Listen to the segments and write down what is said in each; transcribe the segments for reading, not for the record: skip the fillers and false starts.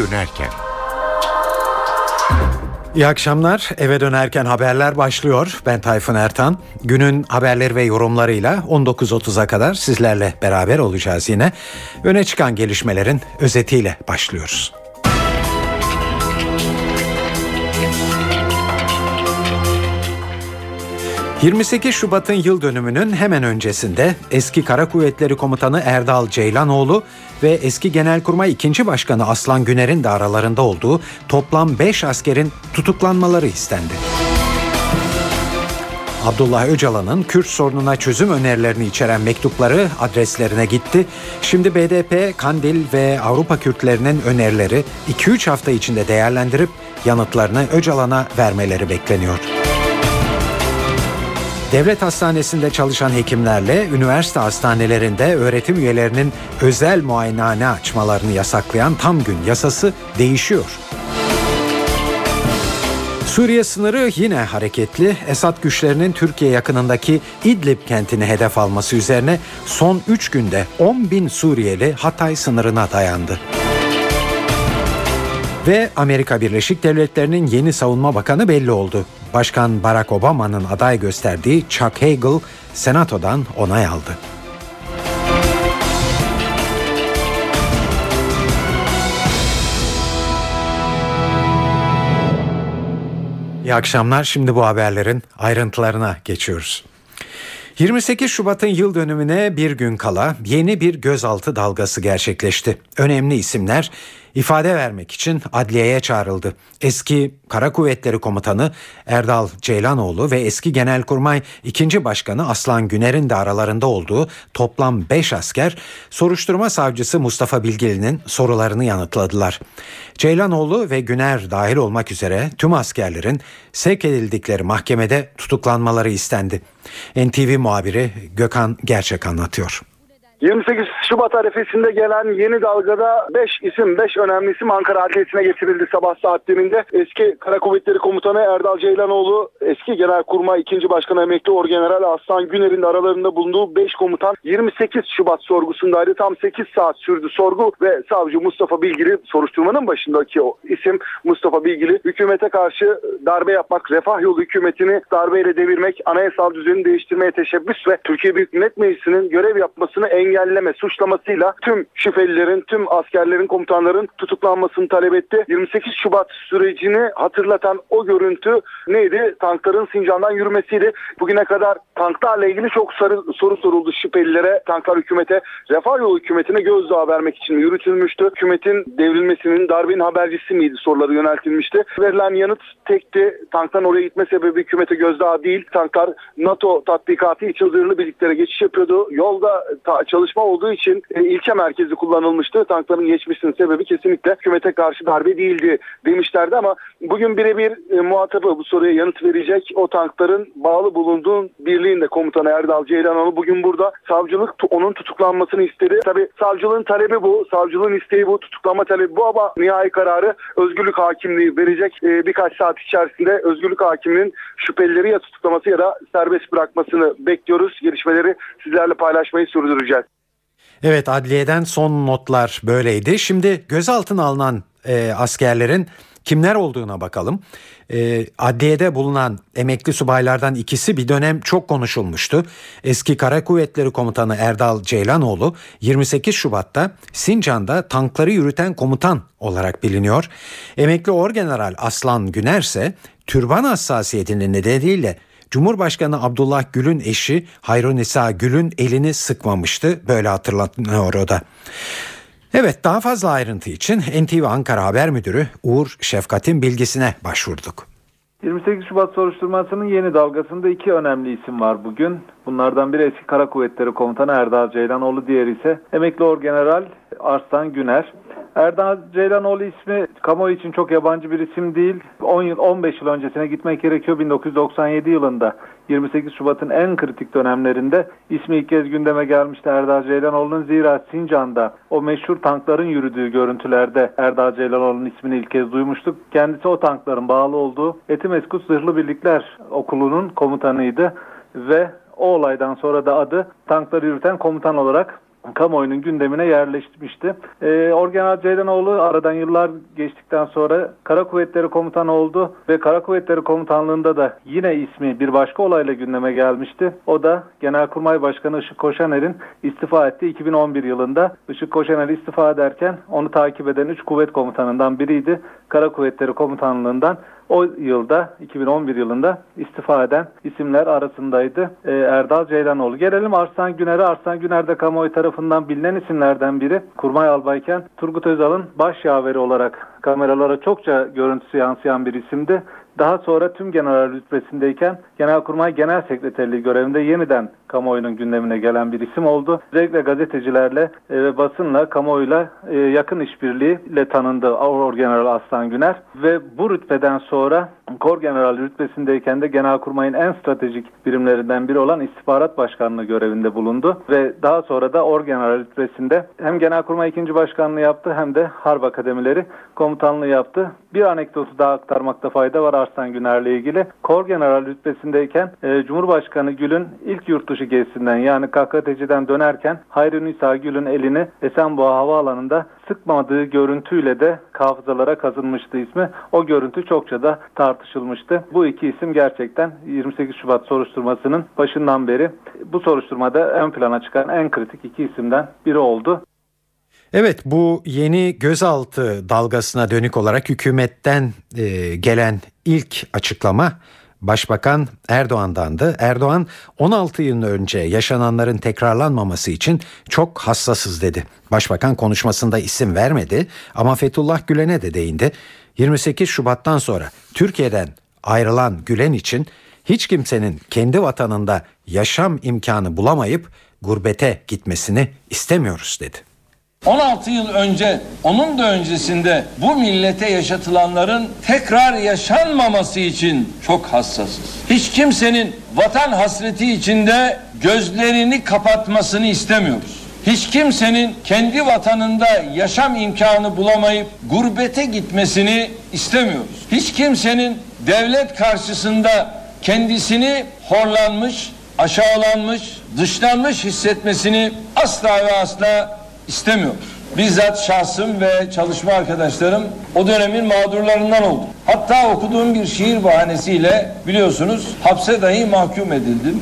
dönerken. İyi akşamlar. Eve dönerken haberler başlıyor. Ben Tayfun Ertan. Günün haberleri ve yorumlarıyla 19.30'a kadar sizlerle beraber olacağız yine. Öne çıkan gelişmelerin özetiyle başlıyoruz. ...28 Şubat'ın yıl dönümünün hemen öncesinde eski Kara Kuvvetleri Komutanı Erdal Ceylanoğlu ve eski Genelkurmay 2. Başkanı Aslan Güner'in de aralarında olduğu toplam 5 askerin tutuklanmaları istendi. Abdullah Öcalan'ın Kürt sorununa çözüm önerilerini içeren mektupları adreslerine gitti. Şimdi BDP, Kandil ve Avrupa Kürtlerinin önerileri 2-3 hafta içinde değerlendirip yanıtlarını Öcalan'a vermeleri bekleniyor. Devlet hastanesinde çalışan hekimlerle üniversite hastanelerinde öğretim üyelerinin özel muayenehane açmalarını yasaklayan tam gün yasası değişiyor. Suriye sınırı yine hareketli. Esad güçlerinin Türkiye yakınındaki İdlib kentini hedef alması üzerine son 3 günde 10.000 Suriyeli Hatay sınırına dayandı. Ve Amerika Birleşik Devletleri'nin yeni savunma bakanı belli oldu. Başkan Barack Obama'nın aday gösterdiği Chuck Hagel, Senato'dan onay aldı. İyi akşamlar. Şimdi bu haberlerin ayrıntılarına geçiyoruz. 28 Şubat'ın yıl dönümüne bir gün kala yeni bir gözaltı dalgası gerçekleşti. Önemli isimler ifade vermek için adliyeye çağrıldı. Eski Kara Kuvvetleri Komutanı Erdal Ceylanoğlu ve eski Genelkurmay 2. Başkanı Aslan Güner'in de aralarında olduğu toplam 5 asker soruşturma savcısı Mustafa Bilgili'nin sorularını yanıtladılar. Ceylanoğlu ve Güner dahil olmak üzere tüm askerlerin sevk edildikleri mahkemede tutuklanmaları istendi. NTV muhabiri Gökhan Gerçek anlatıyor. 28 Şubat arifesinde gelen yeni dalgada 5 önemli isim Ankara Adliyesi'ne getirildi sabah saatlerinde. Eski Kara Kuvvetleri Komutanı Erdal Ceylanoğlu, eski Genelkurmay 2. Başkanı Emekli Orgeneral Aslan Güner'in de aralarında bulunduğu 5 komutan 28 Şubat sorgusundaydı. Tam 8 saat sürdü sorgu ve savcı Mustafa Bilgili, soruşturmanın başındaki o isim Mustafa Bilgili, hükümete karşı darbe yapmak, Refah Yolu hükümetini darbeyle devirmek, anayasal düzeni değiştirmeye teşebbüs ve Türkiye Büyük Millet Meclisi'nin görev yapmasını engelleme suçlamasıyla tüm şüphelilerin, tüm askerlerin, komutanların tutuklanmasını talep etti. 28 Şubat sürecini hatırlatan o görüntü neydi? Tankların Sincan'dan yürümesiydi. Bugüne kadar tanklarla ilgili çok soru soruldu şüphelilere. Tanklar hükümete, Refah Yolu hükümetine gözdağı vermek için yürütülmüştü. Hükümetin devrilmesinin, darbenin habercisi miydi soruları yöneltilmişti. Verilen yanıt tekti. Tankların oraya gitme sebebi hükümete gözdağı değil. Tanklar NATO tatbikatı için zırhlı birliklere geçiş yapıyordu. Yolda çalışma olduğu için ilçe merkezi kullanılmıştı. Tankların geçmesinin sebebi kesinlikle hükümete karşı darbe değildi demişlerdi ama bugün birebir muhatabı bu soruya yanıt verecek o tankların bağlı bulunduğu birliğin de komutanı Erdal Ceylanoğlu bugün burada. Savcılık onun tutuklanmasını istedi. Tabii savcılığın talebi bu. Savcılığın isteği bu. Tutuklama talebi bu ama nihai kararı Özgürlük Hakimliği verecek. Birkaç saat içerisinde Özgürlük Hakimliği'nin şüphelileri ya tutuklaması ya da serbest bırakmasını bekliyoruz. Gelişmeleri sizlerle paylaşmayı sürdüreceğiz. Evet, adliyeden son notlar böyleydi. Şimdi gözaltına alınan askerlerin kimler olduğuna bakalım. Adliyede bulunan emekli subaylardan ikisi bir dönem çok konuşulmuştu. Eski Kara Kuvvetleri Komutanı Erdal Ceylanoğlu 28 Şubat'ta Sincan'da tankları yürüten komutan olarak biliniyor. Emekli Orgeneral Aslan Güner ise türban hassasiyetinin nedeniyle Cumhurbaşkanı Abdullah Gül'ün eşi Hayrunisa Gül'ün elini sıkmamıştı. Böyle hatırlatıyor o da. Evet, daha fazla ayrıntı için NTV Ankara Haber Müdürü Uğur Şefkat'in bilgisine başvurduk. 28 Şubat soruşturmasının yeni dalgasında 2 önemli isim var bugün. Bunlardan biri eski Kara Kuvvetleri Komutanı Erdal Ceylanoğlu, diğeri ise Emekli Orgeneral Aslan Güner. Erdal Ceylanoğlu ismi kamuoyu için çok yabancı bir isim değil. 15 yıl öncesine gitmek gerekiyor. 1997 yılında 28 Şubat'ın en kritik dönemlerinde ismi ilk kez gündeme gelmişti Erdal Ceylanoğlu'nun. Zira Sincan'da o meşhur tankların yürüdüğü görüntülerde Erdal Ceylanoğlu'nun ismini ilk kez duymuştuk. Kendisi o tankların bağlı olduğu Etimeskut Zırhlı Birlikler Okulu'nun komutanıydı ve o olaydan sonra da adı tankları yürüten komutan olarak kamuoyunun gündemine yerleşmişti. Orgeneral Ceylanoğlu aradan yıllar geçtikten sonra Kara Kuvvetleri Komutanı oldu ve Kara Kuvvetleri Komutanlığı'nda da yine ismi bir başka olayla gündeme gelmişti. O da Genelkurmay Başkanı Işık Koşaner'in istifa ettiği 2011 yılında. Işık Koşaner istifa ederken onu takip eden 3 kuvvet komutanından biriydi. Kara Kuvvetleri Komutanlığı'ndan o yılda 2011 yılında istifa eden isimler arasındaydı Erdal Ceylanoğlu. Gelelim Arslan Güner'e. Arslan Güner de kamuoyu tarafından bilinen isimlerden biri. Kurmay albayken Turgut Özal'ın baş yaveri olarak kameralara çokça görüntüsü yansıyan bir isimdi. Daha sonra tümgeneral rütbesindeyken Genelkurmay Genel Sekreterliği görevinde yeniden kamuoyunun gündemine gelen bir isim oldu. Özellikle gazetecilerle ve basınla, kamuoyuyla yakın işbirliğiyle tanındı Orgeneral Arslan Güner. Ve bu rütbeden sonra Korgeneral rütbesindeyken de Genelkurmay'ın en stratejik birimlerinden biri olan İstihbarat Başkanlığı görevinde bulundu. Ve daha sonra da Orgeneral rütbesinde hem Genelkurmay 2. Başkanlığı yaptı hem de Harp Akademileri komutanlığı yaptı. Bir anekdotu daha aktarmakta fayda var Arslan Güner'le ilgili. Korgeneral rütbesindeyken Cumhurbaşkanı Gül'ün ilk yurt dışı gezisinden yani KKTC'den dönerken Hayri Nisa Gül'ün elini Esenboğa Havaalanı'nda sıkmadığı görüntüyle de hafızalara kazınmıştı ismi. O görüntü çokça da tartışılmıştı. Bu iki isim gerçekten 28 Şubat soruşturmasının başından beri bu soruşturmada ön plana çıkan en kritik iki isimden biri oldu. Evet, bu yeni gözaltı dalgasına dönük olarak hükümetten gelen ilk açıklama Başbakan Erdoğan'dandı. Erdoğan 16 yıl önce yaşananların tekrarlanmaması için çok hassasız dedi. Başbakan konuşmasında isim vermedi ama Fethullah Gülen'e de değindi. 28 Şubat'tan sonra Türkiye'den ayrılan Gülen için hiç kimsenin kendi vatanında yaşam imkanı bulamayıp gurbete gitmesini istemiyoruz dedi. 16 yıl önce, onun da öncesinde bu millete yaşatılanların tekrar yaşanmaması için çok hassasız. Hiç kimsenin vatan hasreti içinde gözlerini kapatmasını istemiyoruz. Hiç kimsenin kendi vatanında yaşam imkanı bulamayıp gurbete gitmesini istemiyoruz. Hiç kimsenin devlet karşısında kendisini horlanmış, aşağılanmış, dışlanmış hissetmesini asla ve asla istemiyoruz. Bizzat şahsım ve çalışma arkadaşlarım o dönemin mağdurlarından oldu. Hatta okuduğum bir şiir bahanesiyle biliyorsunuz hapse dahi mahkum edildim.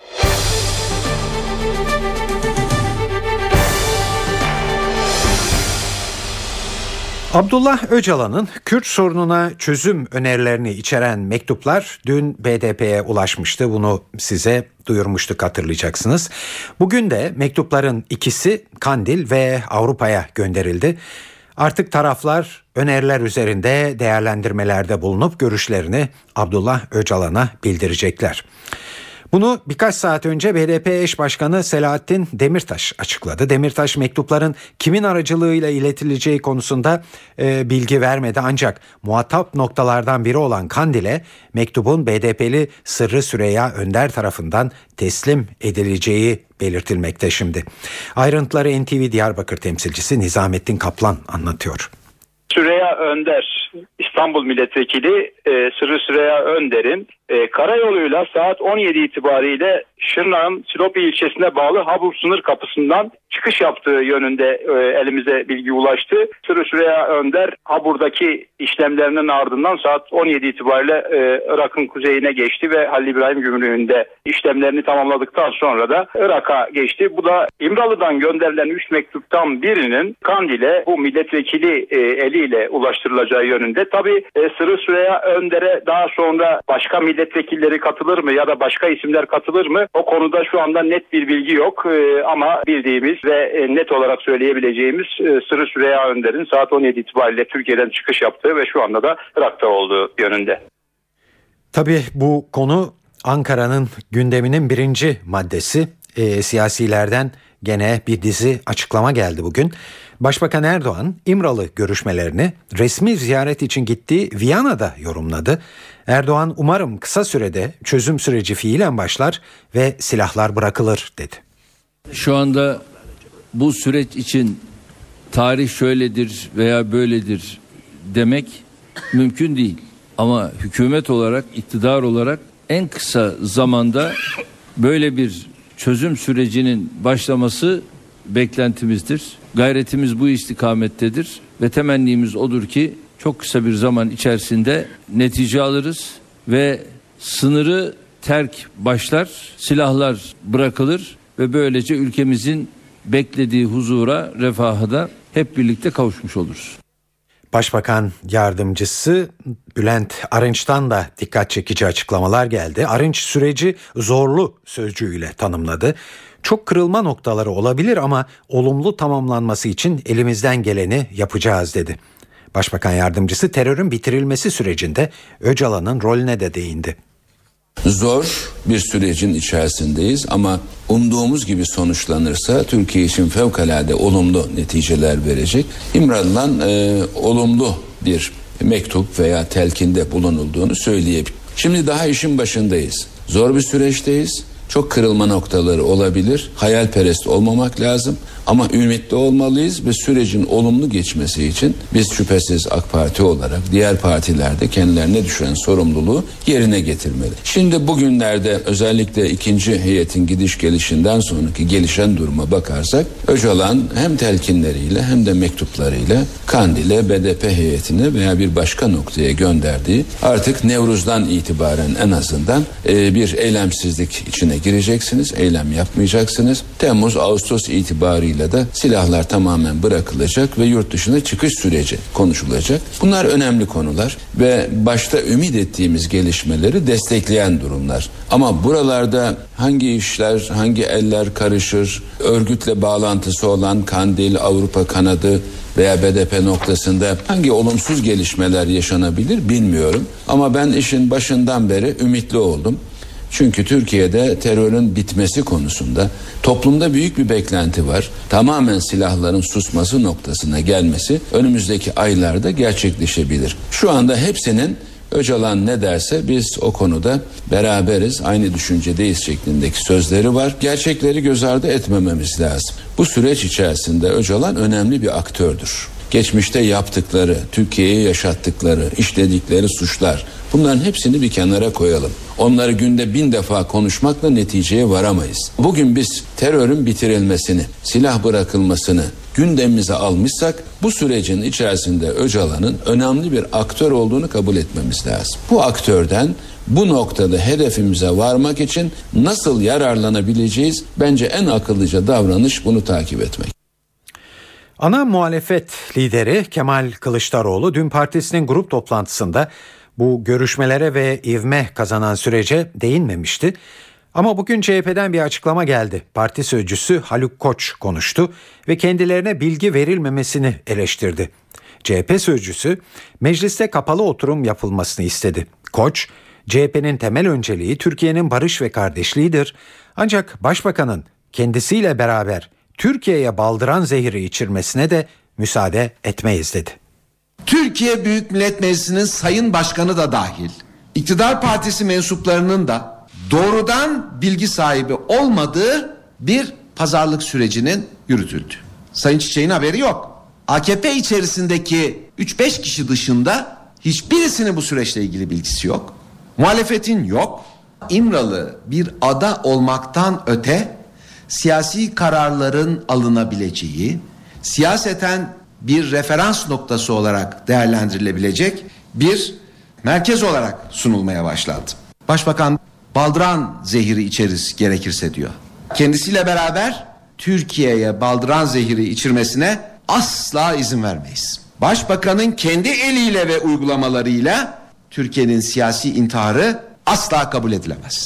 Abdullah Öcalan'ın Kürt sorununa çözüm önerilerini içeren mektuplar dün BDP'ye ulaşmıştı. Bunu size duyurmuştuk, hatırlayacaksınız. Bugün de mektupların ikisi Kandil ve Avrupa'ya gönderildi. Artık taraflar öneriler üzerinde değerlendirmelerde bulunup görüşlerini Abdullah Öcalan'a bildirecekler. Bunu birkaç saat önce BDP eş başkanı Selahattin Demirtaş açıkladı. Demirtaş mektupların kimin aracılığıyla iletileceği konusunda bilgi vermedi. Ancak muhatap noktalardan biri olan Kandil'e mektubun BDP'li Sırrı Süreyya Önder tarafından teslim edileceği belirtilmekte şimdi. Ayrıntıları NTV Diyarbakır temsilcisi Nizamettin Kaplan anlatıyor. Süreyya Önder, İstanbul Milletvekili Sırrı Süreyya Önder'in karayoluyla saat 17 itibariyle Şırnak'ın Silopi ilçesine bağlı Habur sınır kapısından çıkış yaptığı yönünde elimize bilgi ulaştı. Sırrı Süreyya Önder Habur'daki işlemlerinin ardından saat 17 itibariyle Irak'ın kuzeyine geçti ve Halil İbrahim Gümrüğü'nde işlemlerini tamamladıktan sonra da Irak'a geçti. Bu da İmralı'dan gönderilen 3 mektuptan birinin Kandil'e bu milletvekili eliyle ulaştırılacağı yönünde. Tabii Sırrı Süreyya Önder'e daha sonra başka milletvekilleri katılır mı ya da başka isimler katılır mı? O konuda şu anda net bir bilgi yok ama bildiğimiz ve net olarak söyleyebileceğimiz Sırrı Süreyya Önder'in saat 17 itibariyle Türkiye'den çıkış yaptığı ve şu anda da Irak'ta olduğu yönünde. Tabii bu konu Ankara'nın gündeminin birinci maddesi. Siyasilerden gene bir dizi açıklama geldi bugün. Başbakan Erdoğan İmralı görüşmelerini resmi ziyaret için gittiği Viyana'da yorumladı. Erdoğan umarım kısa sürede çözüm süreci fiilen başlar ve silahlar bırakılır dedi. Şu anda bu süreç için tarih şöyledir veya böyledir demek mümkün değil. Ama hükümet olarak, iktidar olarak en kısa zamanda böyle bir çözüm sürecinin başlaması beklentimizdir. Gayretimiz bu istikamettedir ve temennimiz odur ki çok kısa bir zaman içerisinde netice alırız ve sınırı terk başlar, silahlar bırakılır ve böylece ülkemizin beklediği huzura, refaha da hep birlikte kavuşmuş oluruz. Başbakan Yardımcısı Bülent Arınç'tan da dikkat çekici açıklamalar geldi. Arınç süreci zorlu sözcüğüyle tanımladı. Çok kırılma noktaları olabilir ama olumlu tamamlanması için elimizden geleni yapacağız dedi. Başbakan Yardımcısı terörün bitirilmesi sürecinde Öcalan'ın rolüne de değindi. Zor bir sürecin içerisindeyiz ama umduğumuz gibi sonuçlanırsa Türkiye için fevkalade olumlu neticeler verecek. İmralı'dan olumlu bir mektup veya telkinde bulunulduğunu söyleyebilirim. Şimdi daha işin başındayız. Zor bir süreçteyiz. Çok kırılma noktaları olabilir. Hayalperest olmamak lazım ama ümitli olmalıyız ve sürecin olumlu geçmesi için biz şüphesiz AK Parti olarak diğer partilerde kendilerine düşen sorumluluğu yerine getirmeli. Şimdi bugünlerde özellikle ikinci heyetin gidiş gelişinden sonraki gelişen duruma bakarsak Öcalan hem telkinleriyle hem de mektuplarıyla Kandil'e, BDP heyetine veya bir başka noktaya gönderdiği artık Nevruz'dan itibaren en azından bir eylemsizlik içine gireceksiniz, eylem yapmayacaksınız. Temmuz, Ağustos itibarıyla da silahlar tamamen bırakılacak ve yurt dışına çıkış süreci konuşulacak. Bunlar önemli konular ve başta ümit ettiğimiz gelişmeleri destekleyen durumlar. Ama buralarda hangi işler, hangi eller karışır, örgütle bağlantısı olan Kandil, Avrupa Kanadı veya BDP noktasında hangi olumsuz gelişmeler yaşanabilir bilmiyorum. Ama ben işin başından beri ümitli oldum. Çünkü Türkiye'de terörün bitmesi konusunda toplumda büyük bir beklenti var. Tamamen silahların susması noktasına gelmesi önümüzdeki aylarda gerçekleşebilir. Şu anda hepsinin Öcalan ne derse biz o konuda beraberiz, aynı düşüncedeyiz şeklindeki sözleri var. Gerçekleri göz ardı etmememiz lazım. Bu süreç içerisinde Öcalan önemli bir aktördür. Geçmişte yaptıkları, Türkiye'ye yaşattıkları, işledikleri suçlar, bunların hepsini bir kenara koyalım. Onları günde 1000 defa konuşmakla neticeye varamayız. Bugün biz terörün bitirilmesini, silah bırakılmasını gündemimize almışsak bu sürecin içerisinde Öcalan'ın önemli bir aktör olduğunu kabul etmemiz lazım. Bu aktörden bu noktada hedefimize varmak için nasıl yararlanabileceğiz? Bence en akıllıca davranış bunu takip etmek. Ana muhalefet lideri Kemal Kılıçdaroğlu dün partisinin grup toplantısında bu görüşmelere ve ivme kazanan sürece değinmemişti. Ama bugün CHP'den bir açıklama geldi. Parti sözcüsü Haluk Koç konuştu ve kendilerine bilgi verilmemesini eleştirdi. CHP sözcüsü mecliste kapalı oturum yapılmasını istedi. Koç, CHP'nin temel önceliği Türkiye'nin barış ve kardeşliğidir. Ancak başbakanın kendisiyle beraber Türkiye'ye baldıran zehri içirmesine de müsaade etmeyiz dedi. Türkiye Büyük Millet Meclisi'nin Sayın Başkanı da dahil, iktidar partisi mensuplarının da doğrudan bilgi sahibi olmadığı bir pazarlık sürecinin yürütüldü. Sayın Çiçek'in haberi yok. AKP içerisindeki 3-5 kişi dışında hiçbirisinin bu süreçle ilgili bilgisi yok. Muhalefetin yok. İmralı bir ada olmaktan öte siyasi kararların alınabileceği, siyaseten bir referans noktası olarak değerlendirilebilecek bir merkez olarak sunulmaya başlandı. Başbakan baldıran zehiri içeriz gerekirse diyor. Kendisiyle beraber Türkiye'ye baldıran zehiri içirmesine asla izin vermeyiz. Başbakanın kendi eliyle ve uygulamalarıyla Türkiye'nin siyasi intiharı asla kabul edilemez.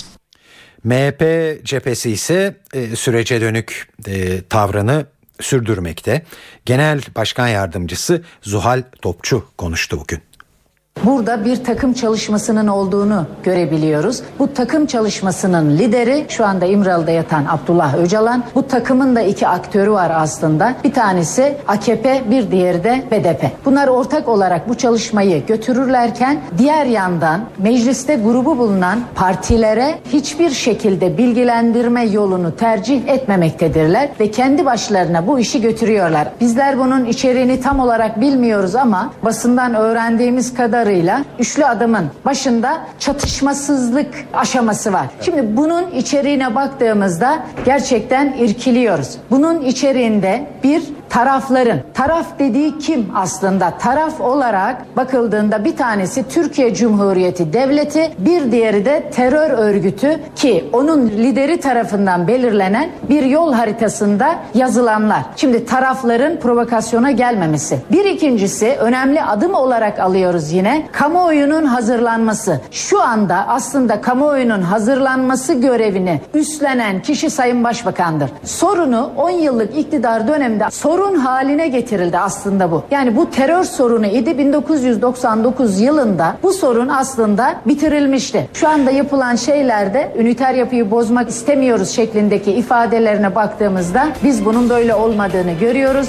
MHP cephesi ise sürece dönük tavrını sürdürmekte. Genel Başkan Yardımcısı Zuhal Topçu konuştu bugün. Burada bir takım çalışmasının olduğunu görebiliyoruz. Bu takım çalışmasının lideri şu anda İmralı'da yatan Abdullah Öcalan. Bu takımın da 2 aktörü var aslında. Bir tanesi AKP, bir diğeri de BDP. Bunlar ortak olarak bu çalışmayı götürürlerken diğer yandan mecliste grubu bulunan partilere hiçbir şekilde bilgilendirme yolunu tercih etmemektedirler ve kendi başlarına bu işi götürüyorlar. Bizler bunun içeriğini tam olarak bilmiyoruz ama basından öğrendiğimiz kadar kadarıyla üçlü adımın başında çatışmasızlık aşaması var. Şimdi bunun içeriğine baktığımızda gerçekten irkiliyoruz. Bunun içeriğinde bir tarafların, taraf dediği kim aslında? Taraf olarak bakıldığında bir tanesi Türkiye Cumhuriyeti Devleti, bir diğeri de terör örgütü ki onun lideri tarafından belirlenen bir yol haritasında yazılanlar. Şimdi tarafların provokasyona gelmemesi. Bir ikincisi önemli adım olarak alıyoruz yine kamuoyunun hazırlanması. Şu anda aslında kamuoyunun hazırlanması görevini üstlenen kişi Sayın Başbakan'dır. Sorunu 10 yıllık iktidar döneminde sorun haline getirildi aslında bu. Yani bu terör sorunu idi. 1999 yılında bu sorun aslında bitirilmişti. Şu anda yapılan şeylerde üniter yapıyı bozmak istemiyoruz şeklindeki ifadelerine baktığımızda biz bunun böyle olmadığını görüyoruz.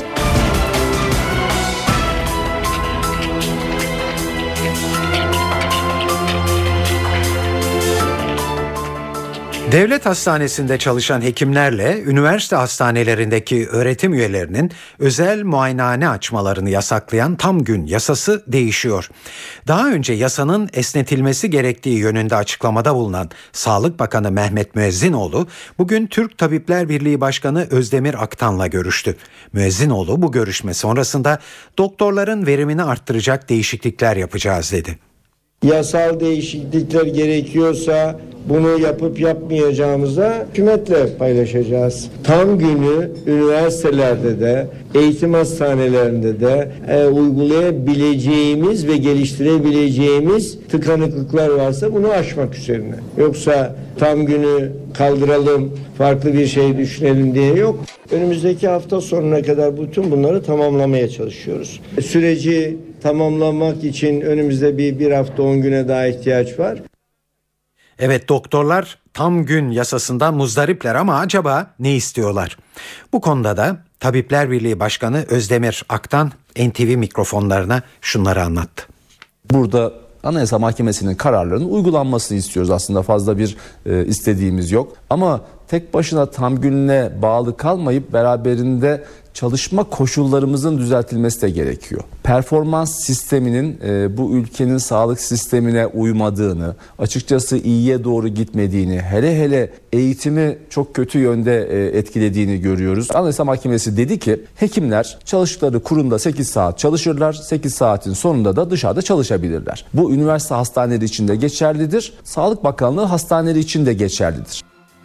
Devlet hastanesinde çalışan hekimlerle üniversite hastanelerindeki öğretim üyelerinin özel muayenehane açmalarını yasaklayan tam gün yasası değişiyor. Daha önce yasanın esnetilmesi gerektiği yönünde açıklamada bulunan Sağlık Bakanı Mehmet Müezzinoğlu bugün Türk Tabipler Birliği Başkanı Özdemir Aktan'la görüştü. Müezzinoğlu bu görüşme sonrasında doktorların verimini arttıracak değişiklikler yapacağız dedi. Yasal değişiklikler gerekiyorsa bunu yapıp yapmayacağımıza hükümetle paylaşacağız. Tam günü üniversitelerde de, eğitim hastanelerinde de uygulayabileceğimiz ve geliştirebileceğimiz tıkanıklıklar varsa bunu aşmak üzerine. Yoksa tam günü kaldıralım, farklı bir şey düşünelim diye yok. Önümüzdeki hafta sonuna kadar bütün bunları tamamlamaya çalışıyoruz. Süreci tamamlamak için önümüzde bir hafta 10 güne daha ihtiyaç var. Evet, doktorlar tam gün yasasından muzdaripler ama acaba ne istiyorlar? Bu konuda da Tabipler Birliği Başkanı Özdemir Aktan NTV mikrofonlarına şunları anlattı. Burada Anayasa Mahkemesi'nin kararlarının uygulanmasını istiyoruz. Aslında fazla bir istediğimiz yok. Ama tek başına tam gününe bağlı kalmayıp beraberinde çalışma koşullarımızın düzeltilmesi de gerekiyor. Performans sisteminin bu ülkenin sağlık sistemine uymadığını, açıkçası iyiye doğru gitmediğini, hele eğitimi çok kötü yönde etkilediğini görüyoruz. Anayasa Mahkemesi dedi ki hekimler çalıştıkları kurumda 8 saat çalışırlar, 8 saatin sonunda da dışarıda çalışabilirler. Bu üniversite hastaneleri için de geçerlidir, Sağlık Bakanlığı hastaneleri için de geçerlidir.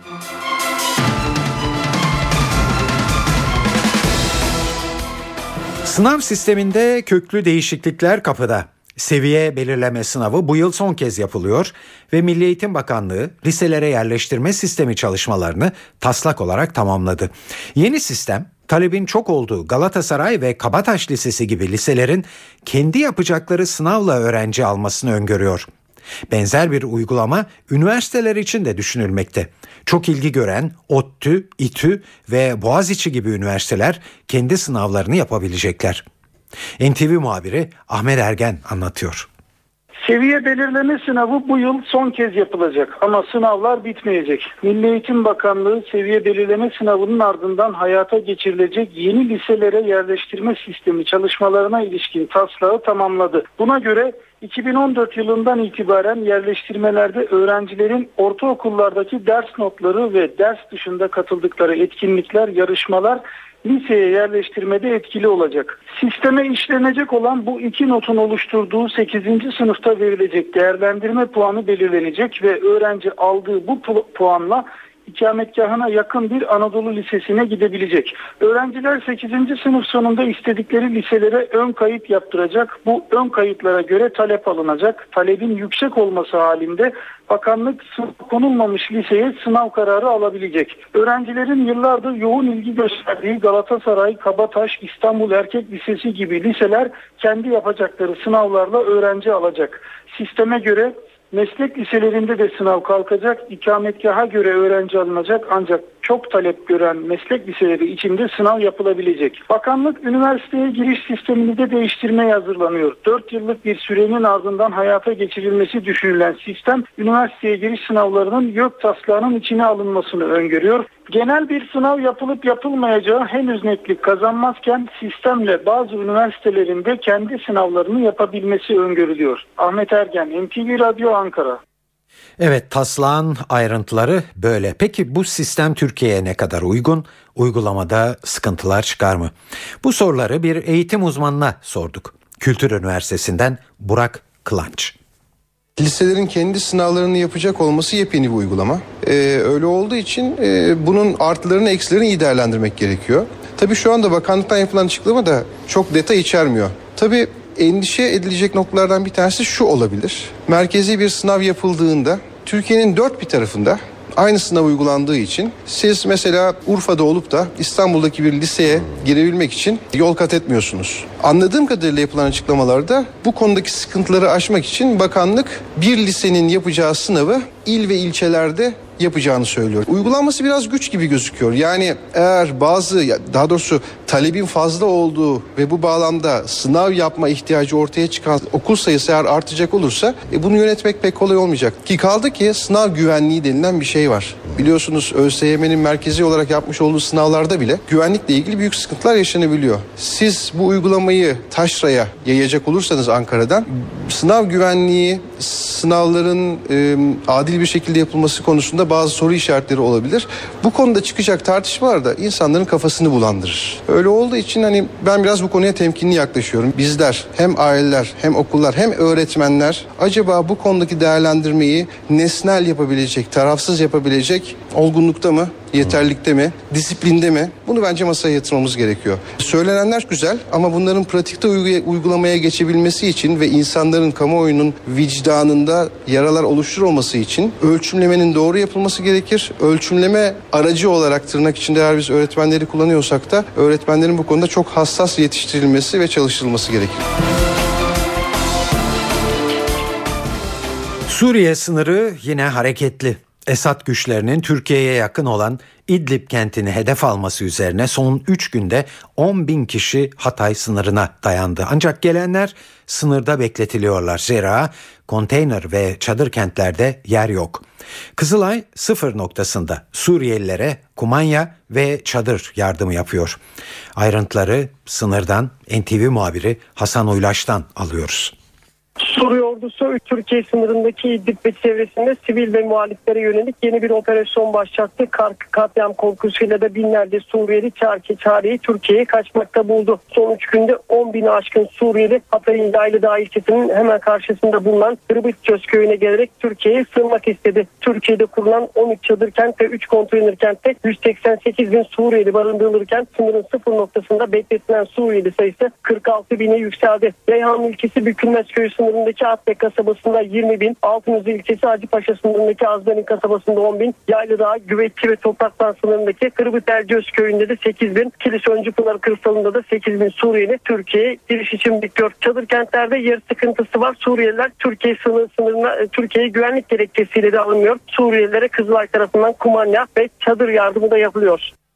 Sınav sisteminde köklü değişiklikler kapıda. Seviye belirleme sınavı bu yıl son kez yapılıyor ve Milli Eğitim Bakanlığı liselere yerleştirme sistemi çalışmalarını taslak olarak tamamladı. Yeni sistem, talebin çok olduğu Galatasaray ve Kabataş Lisesi gibi liselerin kendi yapacakları sınavla öğrenci almasını öngörüyor. Benzer bir uygulama üniversiteler için de düşünülmekte. Çok ilgi gören ODTÜ, İTÜ ve Boğaziçi gibi üniversiteler kendi sınavlarını yapabilecekler. NTV muhabiri Ahmet Ergen anlatıyor. Seviye belirleme sınavı bu yıl son kez yapılacak ama sınavlar bitmeyecek. Milli Eğitim Bakanlığı seviye belirleme sınavının ardından hayata geçirilecek yeni liselere yerleştirme sistemi çalışmalarına ilişkin taslağı tamamladı. Buna göre 2014 yılından itibaren yerleştirmelerde öğrencilerin ortaokullardaki ders notları ve ders dışında katıldıkları etkinlikler, yarışmalar liseye yerleştirmede etkili olacak. Sisteme işlenecek olan bu iki notun oluşturduğu 8. sınıfta verilecek değerlendirme puanı belirlenecek ve öğrenci aldığı bu puanla ikametgahına yakın bir Anadolu Lisesi'ne gidebilecek. Öğrenciler 8. sınıf sonunda istedikleri liselere ön kayıt yaptıracak. Bu ön kayıtlara göre talep alınacak. Talebin yüksek olması halinde bakanlık konulmamış liseye sınav kararı alabilecek. Öğrencilerin yıllardır yoğun ilgi gösterdiği Galatasaray, Kabataş, İstanbul Erkek Lisesi gibi liseler kendi yapacakları sınavlarla öğrenci alacak. Sisteme göre Meslek liselerinde de sınav kalkacak. İkametgaha göre öğrenci alınacak ancak çok talep gören meslek liseleri içinde sınav yapılabilecek. Bakanlık üniversiteye giriş sistemini de değiştirmeye hazırlanıyor. 4 yıllık bir sürenin ardından hayata geçirilmesi düşünülen sistem üniversiteye giriş sınavlarının YÖK taslağının içine alınmasını öngörüyor. Genel bir sınav yapılıp yapılmayacağı henüz netlik kazanmazken sistemle bazı üniversitelerinde kendi sınavlarını yapabilmesi öngörülüyor. Ahmet Ergen, NTV Radyo, Ankara. Evet, taslağın ayrıntıları böyle. Peki bu sistem Türkiye'ye ne kadar uygun? Uygulamada sıkıntılar çıkar mı? Bu soruları bir eğitim uzmanına sorduk. Kültür Üniversitesi'nden Burak Kılanç. Liselerin kendi sınavlarını yapacak olması yepyeni bir uygulama. Öyle olduğu için bunun artılarını eksilerini iyi değerlendirmek gerekiyor. Tabii şu anda bakanlıktan yapılan açıklama da çok detay içermiyor. Tabii endişe edilecek noktalardan bir tanesi şu olabilir. Merkezi bir sınav yapıldığında Türkiye'nin dört bir tarafında aynı sınav uygulandığı için siz mesela Urfa'da olup da İstanbul'daki bir liseye girebilmek için yol kat etmiyorsunuz. Anladığım kadarıyla yapılan açıklamalarda bu konudaki sıkıntıları aşmak için bakanlık bir lisenin yapacağı sınavı il ve ilçelerde yapacağını söylüyor. Uygulanması biraz güç gibi gözüküyor. Yani eğer daha doğrusu talebin fazla olduğu ve bu bağlamda sınav yapma ihtiyacı ortaya çıkan okul sayısı eğer artacak olursa bunu yönetmek pek kolay olmayacak. Ki kaldı ki sınav güvenliği denilen bir şey var. Biliyorsunuz ÖSYM'nin merkezi olarak yapmış olduğu sınavlarda bile güvenlikle ilgili büyük sıkıntılar yaşanabiliyor. Siz bu uygulamayı taşraya yayacak olursanız Ankara'dan sınav güvenliği, sınavların adil bir şekilde yapılması konusunda bazı soru işaretleri olabilir. Bu konuda çıkacak tartışmalar da insanların kafasını bulandırır. Öyle olduğu için ben biraz bu konuya temkinli yaklaşıyorum. Bizler hem aileler hem okullar hem öğretmenler acaba bu konudaki değerlendirmeyi nesnel yapabilecek, tarafsız yapabilecek olgunlukta mı, yeterlilikte mi, disiplinde mi? Bunu bence masaya yatırmamız gerekiyor. Söylenenler güzel ama bunların pratikte uygulamaya geçebilmesi için ve insanların, kamuoyunun vicdanında yaralar oluşturulması için ölçümlemenin doğru yapılması gerekir. Ölçümleme aracı olarak tırnak içinde eğer biz öğretmenleri kullanıyorsak da öğretmenlerin bu konuda çok hassas yetiştirilmesi ve çalıştırılması gerekir. Suriye sınırı yine hareketli. Esad güçlerinin Türkiye'ye yakın olan İdlib kentini hedef alması üzerine son 3 günde 10.000 kişi Hatay sınırına dayandı. Ancak gelenler sınırda bekletiliyorlar. Zira konteyner ve çadır kentlerde yer yok. Kızılay sıfır noktasında Suriyelilere kumanya ve çadır yardımı yapıyor. Ayrıntıları sınırdan NTV muhabiri Hasan Uylaş'tan alıyoruz. Suriye ordusu Türkiye sınırındaki İdlib ve çevresinde sivil ve muhaliflere yönelik yeni bir operasyon başlattı. Katliam korkusuyla da binlerce Suriyeli çareyi Türkiye'ye kaçmakta buldu. Son 3 günde 10.000'i aşkın Suriyeli Hatay'ın Yaylıdağ ilçesinin hemen karşısında bulunan Kırbıçköz köyüne gelerek Türkiye'ye sığınmak istedi. Türkiye'de kurulan 13 çadır kent ve 3 konteyner kentte 188.000 Suriyeli barındırılırken sınırın sıfır noktasında bekletilen Suriyeli sayısı 46.000'e yükseldi. Reyhan ilçesi Bükülmez köyü sınırındaki Atbek kasabasında 20.000, Altınözü ilçesi Hacıpaşa sınırındaki Azbenin kasabasında 10.000, Yaylıdağ, Güveççi ve Topraktan sınırındaki Kırbıtelgöz köyünde de 8.000, Kilis Öncüpınar kırsalında da 8.000 Suriyeli Türkiye'ye giriş için bekliyor. Çadır kentlerde yer sıkıntısı var. Suriyeliler Türkiye sınırına Türkiye'ye güvenlik gerekçesiyle de alınmıyor. Suriyelilere Kızılay tarafından kumanya ve çadır yardımı da yapılıyor.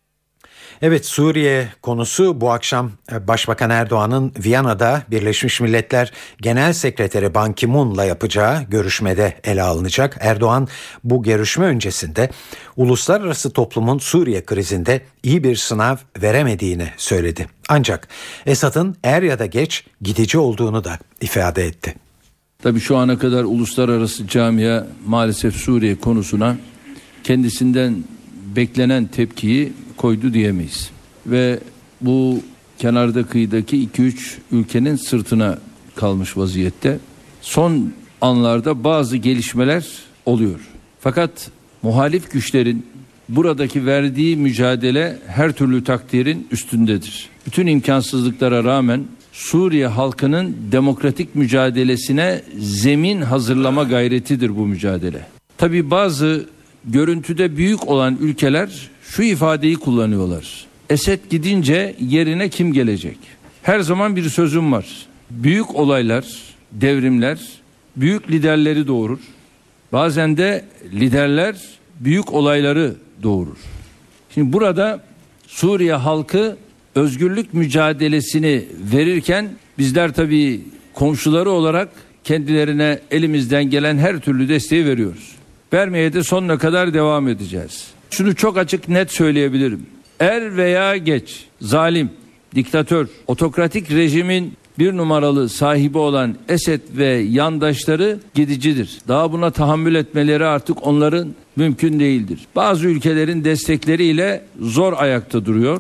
Evet, Suriye konusu bu akşam Başbakan Erdoğan'ın Viyana'da Birleşmiş Milletler Genel Sekreteri Ban Ki-moon'la yapacağı görüşmede ele alınacak. Erdoğan bu görüşme öncesinde uluslararası toplumun Suriye krizinde iyi bir sınav veremediğini söyledi. Ancak Esad'ın er ya da geç gidici olduğunu da ifade etti. Tabii şu ana kadar uluslararası camia maalesef Suriye konusuna kendisinden beklenen tepkiyi koydu diyemeyiz. Ve bu kenarda kıyıdaki 2-3 ülkenin sırtına kalmış vaziyette. Son anlarda bazı gelişmeler oluyor. Fakat muhalif güçlerin buradaki verdiği mücadele her türlü takdirin üstündedir. Bütün imkansızlıklara rağmen Suriye halkının demokratik mücadelesine zemin hazırlama gayretidir bu mücadele. Tabii bazı görüntüde büyük olan ülkeler şu ifadeyi kullanıyorlar. Esed gidince yerine kim gelecek? Her zaman bir sözüm var. Büyük olaylar, devrimler büyük liderleri doğurur. Bazen de liderler büyük olayları doğurur. Şimdi burada Suriye halkı özgürlük mücadelesini verirken bizler tabii komşuları olarak kendilerine elimizden gelen her türlü desteği veriyoruz. Vermeye de sonuna kadar devam edeceğiz. Şunu çok açık net söyleyebilirim. Er veya geç zalim, diktatör, otokratik rejimin bir numaralı sahibi olan Esed ve yandaşları gidicidir. Daha buna tahammül etmeleri artık onların mümkün değildir. Bazı ülkelerin destekleriyle zor ayakta duruyor.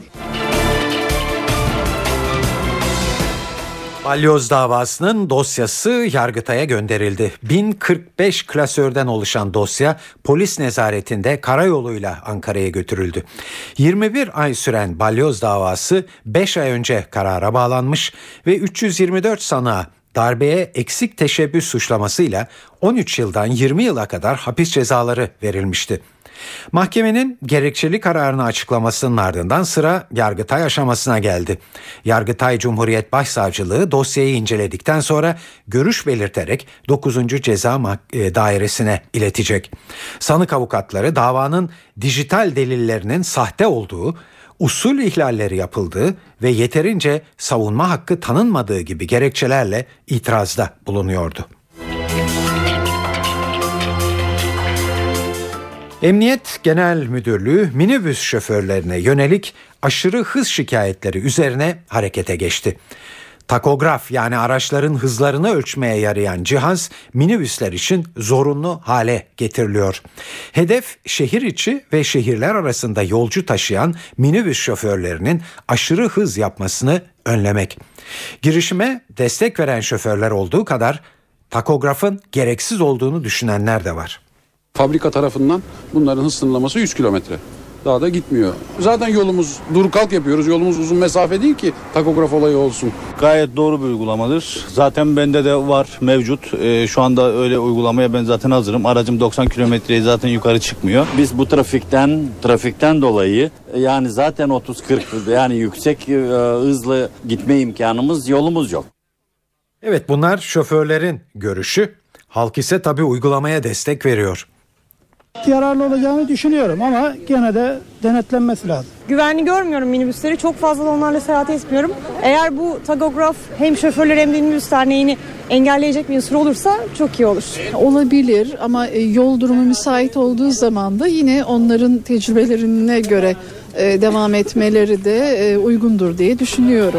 Balyoz davasının dosyası Yargıtay'a gönderildi. 1045 klasörden oluşan dosya polis nezaretinde karayoluyla Ankara'ya götürüldü. 21 ay süren balyoz davası 5 ay önce karara bağlanmış ve 324 sanığa darbeye eksik teşebbüs suçlamasıyla 13 yıldan 20 yıla kadar hapis cezaları verilmişti. Mahkemenin gerekçeli kararını açıklamasının ardından sıra Yargıtay aşamasına geldi. Yargıtay Cumhuriyet Başsavcılığı dosyayı inceledikten sonra görüş belirterek 9. Ceza Dairesi'ne iletecek. Sanık avukatları davanın dijital delillerinin sahte olduğu, usul ihlalleri yapıldığı ve yeterince savunma hakkı tanınmadığı gibi gerekçelerle itirazda bulunuyordu. Emniyet Genel Müdürlüğü minibüs şoförlerine yönelik aşırı hız şikayetleri üzerine harekete geçti. Takograf yani araçların hızlarını ölçmeye yarayan cihaz minibüsler için zorunlu hale getiriliyor. Hedef şehir içi ve şehirler arasında yolcu taşıyan minibüs şoförlerinin aşırı hız yapmasını önlemek. Girişime destek veren şoförler olduğu kadar takografın gereksiz olduğunu düşünenler de var. Fabrika tarafından bunların hız sınırlaması 100 kilometre. Daha da gitmiyor. Zaten yolumuz dur kalk yapıyoruz. Yolumuz uzun mesafe değil ki takograf olayı olsun. Gayet doğru bir uygulamadır. Zaten bende de var mevcut. Şu anda öyle uygulamaya ben zaten hazırım. Aracım 90 kilometreye zaten yukarı çıkmıyor. Biz bu trafikten dolayı yani zaten 30-40 yani yüksek hızlı gitme imkanımız yolumuz yok. Evet, bunlar şoförlerin görüşü. Halk ise tabii uygulamaya destek veriyor. Yararlı olacağını düşünüyorum ama gene de denetlenmesi lazım. Güvenli görmüyorum minibüsleri. Çok fazla da onlarla seyahat etmiyorum. Eğer bu takograf hem şoförler hem de minibüs derneğini engelleyecek bir unsur olursa çok iyi olur. Olabilir ama yol durumu müsait olduğu zaman da yine onların tecrübelerine göre devam etmeleri de uygundur diye düşünüyorum.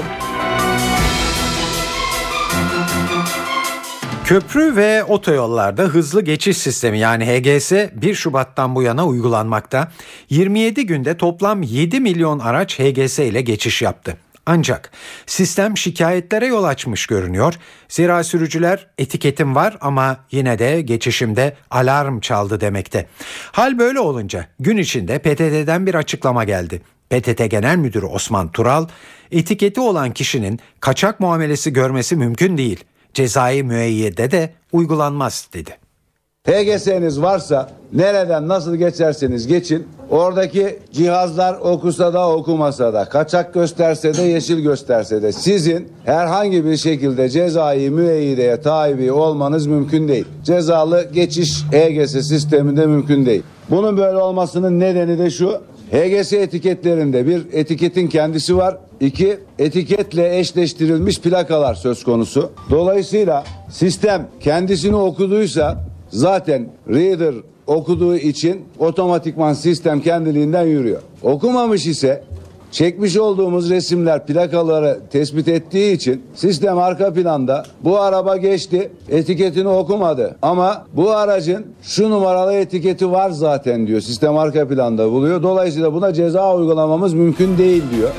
Köprü ve otoyollarda hızlı geçiş sistemi yani HGS 1 Şubat'tan bu yana uygulanmakta. 27 günde toplam 7 milyon araç HGS ile geçiş yaptı. Ancak sistem şikayetlere yol açmış görünüyor. Zira sürücüler etiketim var ama yine de geçişimde alarm çaldı demekte. Hal böyle olunca gün içinde PTT'den bir açıklama geldi. PTT Genel Müdürü Osman Tural, etiketi olan kişinin kaçak muamelesi görmesi mümkün değil. Cezai müeyyide de uygulanmaz dedi. HGS'niz varsa nereden nasıl geçerseniz geçin. Oradaki cihazlar okusa da okumasa da, kaçak gösterse de yeşil gösterse de sizin herhangi bir şekilde cezai müeyyideye tabi olmanız mümkün değil. Cezalı geçiş HGS sisteminde mümkün değil. Bunun böyle olmasının nedeni de şu. HGS etiketlerinde bir etiketin kendisi var. 2 etiketle eşleştirilmiş plakalar söz konusu. Dolayısıyla sistem kendisini okuduysa zaten reader okuduğu için otomatikman sistem kendiliğinden yürüyor. Okumamış ise çekmiş olduğumuz resimler plakaları tespit ettiği için sistem arka planda bu araba geçti, etiketini okumadı ama bu aracın şu numaralı etiketi var zaten diyor. Sistem arka planda buluyor. Dolayısıyla buna ceza uygulamamız mümkün değil diyor.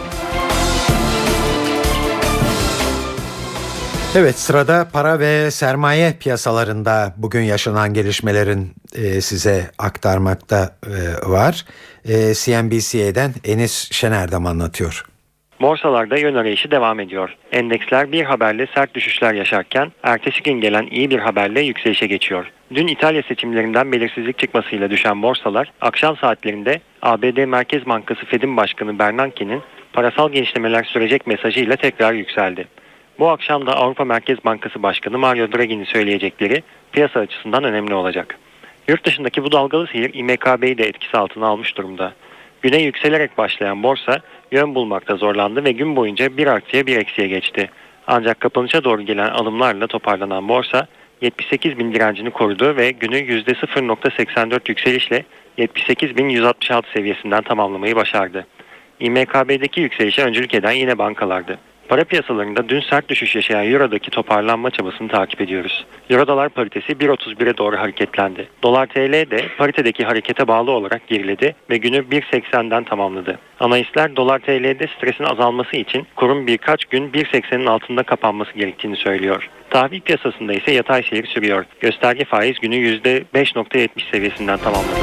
Evet, sırada para ve sermaye piyasalarında bugün yaşanan gelişmelerin size aktarmakta var. CNBC'den Enis Şenerdem anlatıyor. Borsalarda yön arayışı devam ediyor. Endeksler bir haberle sert düşüşler yaşarken ertesi gün gelen iyi bir haberle yükselişe geçiyor. Dün İtalya seçimlerinden belirsizlik çıkmasıyla düşen borsalar akşam saatlerinde ABD Merkez Bankası Fed'in Başkanı Bernanke'nin parasal genişlemeler sürecek mesajıyla tekrar yükseldi. Bu akşam da Avrupa Merkez Bankası Başkanı Mario Draghi'nin söyleyecekleri piyasa açısından önemli olacak. Yurt dışındaki bu dalgalı seyir İMKB'yi de etkisi altına almış durumda. Güne yükselerek başlayan borsa yön bulmakta zorlandı ve gün boyunca bir artıya bir eksiye geçti. Ancak kapanışa doğru gelen alımlarla toparlanan borsa 78.000 direncini korudu ve günü %0.84 yükselişle 78.166 seviyesinden tamamlamayı başardı. İMKB'deki yükselişe öncülük eden yine bankalardı. Para piyasalarında dün sert düşüş yaşayan Euro'daki toparlanma çabasını takip ediyoruz. Euro-dolar paritesi 1.31'e doğru hareketlendi. Dolar TL de paritedeki harekete bağlı olarak geriledi ve günü 1.80'den tamamladı. Analistler Dolar TL'de stresin azalması için kurun birkaç gün 1.80'in altında kapanması gerektiğini söylüyor. Tahvil piyasasında ise yatay seyir sürüyor. Gösterge faiz günü %5.70 seviyesinden tamamladı.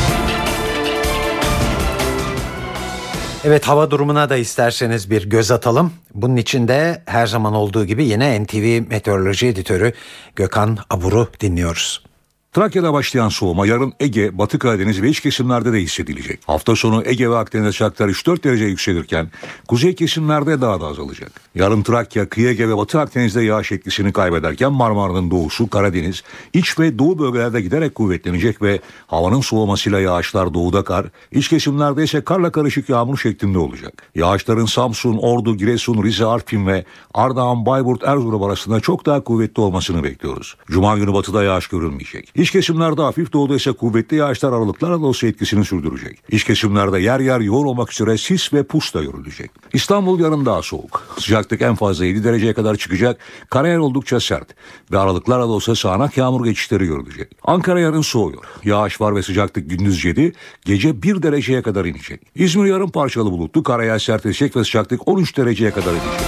Evet, hava durumuna da isterseniz bir göz atalım. Bunun için de her zaman olduğu gibi yine NTV Meteoroloji Editörü Gökhan Abur'u dinliyoruz. Trakya'da başlayan soğuma yarın Ege, Batı Karadeniz ve iç kesimlerde de hissedilecek. Hafta sonu Ege ve Akdeniz sıcaklıkları 3-4 derece yükselirken kuzey kesimlerde daha da azalacak. Yarın Trakya, Kıyı Ege ve Batı Akdeniz'de yağış etkisini kaybederken Marmara'nın doğusu, Karadeniz, iç ve doğu bölgelerde giderek kuvvetlenecek ve havanın soğumasıyla yağışlar doğuda kar, iç kesimlerde ise karla karışık yağmur şeklinde olacak. Yağışların Samsun, Ordu, Giresun, Rize, Artvin ve Ardahan, Bayburt, Erzurum arasında çok daha kuvvetli olmasını bekliyoruz. Cuma günü batıda yağış görülmeyecek. İç kesimlerde hafif, doğuda ise kuvvetli yağışlar aralıklarla da olsa etkisini sürdürecek. İç kesimlerde yer yer yoğun olmak üzere sis ve pus da görülecek. İstanbul yarın daha soğuk. Sıcaklık en fazla 7 dereceye kadar çıkacak. Karayel oldukça sert ve aralıklarla da olsa sağanak yağmur geçişleri görülecek. Ankara yarın soğuyor. Yağış var ve sıcaklık gündüz 7, gece 1 dereceye kadar inecek. İzmir yarın parçalı bulutlu, karayel sertleşecek ve sıcaklık 13 dereceye kadar inecek.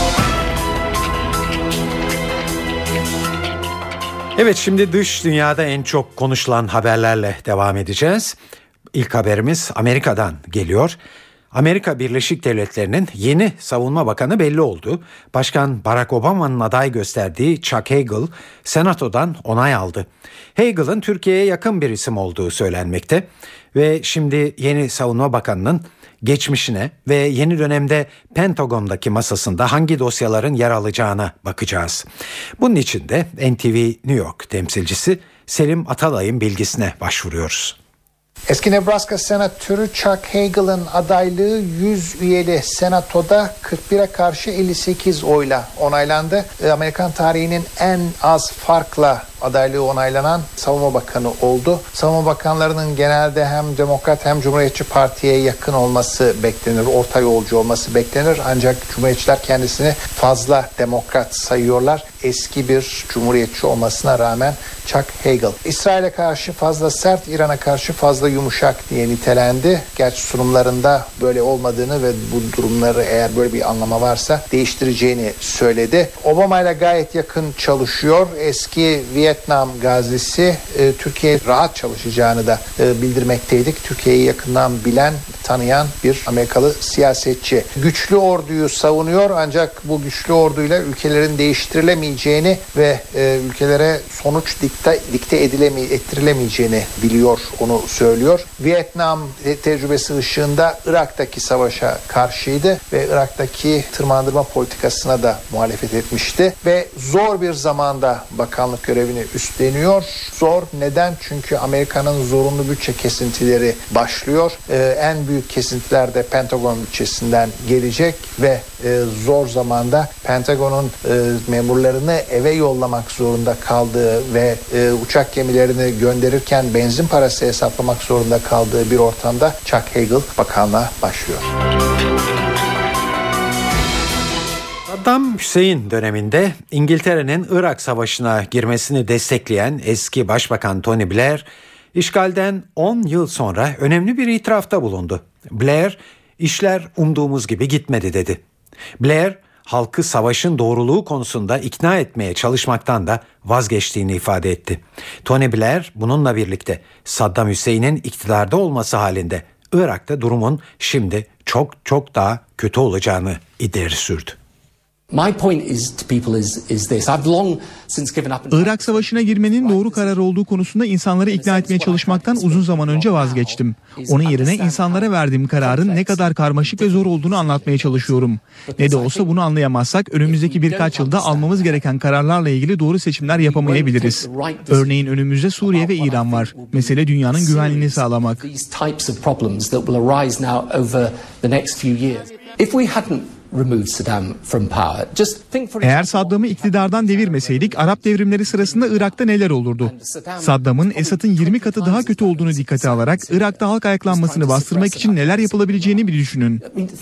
Evet, şimdi dış dünyada en çok konuşulan haberlerle devam edeceğiz. İlk haberimiz Amerika'dan geliyor. Amerika Birleşik Devletleri'nin yeni savunma bakanı belli oldu. Başkan Barack Obama'nın aday gösterdiği Chuck Hagel Senato'dan onay aldı. Hagel'ın Türkiye'ye yakın bir isim olduğu söylenmekte ve şimdi yeni savunma bakanının geçmişine ve yeni dönemde Pentagon'daki masasında hangi dosyaların yer alacağına bakacağız. Bunun için de NTV New York temsilcisi Selim Atalay'ın bilgisine başvuruyoruz. Eski Nebraska Senatörü Chuck Hagel'ın adaylığı 100 üyeli Senato'da 41'e karşı 58 oyla onaylandı. Amerikan tarihinin en az farkla adaylığı onaylanan savunma bakanı oldu. Savunma bakanlarının genelde hem Demokrat hem Cumhuriyetçi Parti'ye yakın olması beklenir, orta yolcu olması beklenir. Ancak Cumhuriyetçiler kendisini fazla Demokrat sayıyorlar. Eski bir Cumhuriyetçi olmasına rağmen Chuck Hagel. İsrail'e karşı fazla sert, İran'a karşı fazla yumuşak diye nitelendi. Gerçi sunumlarında böyle olmadığını ve bu durumları eğer böyle bir anlama varsa değiştireceğini söyledi. Obama ile gayet yakın çalışıyor. Eski Vietnam gazisi Türkiye'ye rahat çalışacağını da bildirmekteydik. Türkiye'yi yakından bilen, tanıyan bir Amerikalı siyasetçi. Güçlü orduyu savunuyor ancak bu güçlü orduyla ülkelerin değiştirilemeyeceğini ve ülkelere sonuç dikte ettirilemeyeceğini biliyor, onu söylüyor. Vietnam tecrübesi ışığında Irak'taki savaşa karşıydı ve Irak'taki tırmandırma politikasına da muhalefet etmişti ve zor bir zamanda bakanlık görevini üstleniyor. Zor neden? Çünkü Amerika'nın zorunlu bütçe kesintileri başlıyor. En büyük kesintiler de Pentagon bütçesinden gelecek ve zor zamanda Pentagon'un memurlarını eve yollamak zorunda kaldığı ve uçak gemilerini gönderirken benzin parası hesaplamak zorunda kaldığı bir ortamda Chuck Hagel bakanlığa başlıyor. Saddam Hüseyin döneminde İngiltere'nin Irak Savaşı'na girmesini destekleyen eski Başbakan Tony Blair, işgalden 10 yıl sonra önemli bir itirafta bulundu. Blair, "İşler umduğumuz gibi gitmedi" dedi. Blair, halkı savaşın doğruluğu konusunda ikna etmeye çalışmaktan da vazgeçtiğini ifade etti. Tony Blair bununla birlikte Saddam Hüseyin'in iktidarda olması halinde Irak'ta durumun şimdi çok daha kötü olacağını ileri sürdü. Irak Savaşı'na girmenin doğru karar olduğu konusunda insanları ikna etmeye çalışmaktan uzun zaman önce vazgeçtim. Onun yerine insanlara verdiğim kararın ne kadar karmaşık ve zor olduğunu anlatmaya çalışıyorum. Ne de olsa bunu anlayamazsak önümüzdeki birkaç yılda almamız gereken kararlarla ilgili doğru seçimler yapamayabiliriz. Örneğin önümüzde Suriye ve İran var. Mesele dünyanın güvenliğini sağlamak. Eğer Saddam'ı iktidardan devirmeseydik Arap devrimleri sırasında Irak'ta neler olurdu? Saddam'ın Esad'ın 20 katı daha kötü olduğunu dikkate alarak Irak'ta halk ayaklanmasını bastırmak için neler yapılabileceğini bir düşünün.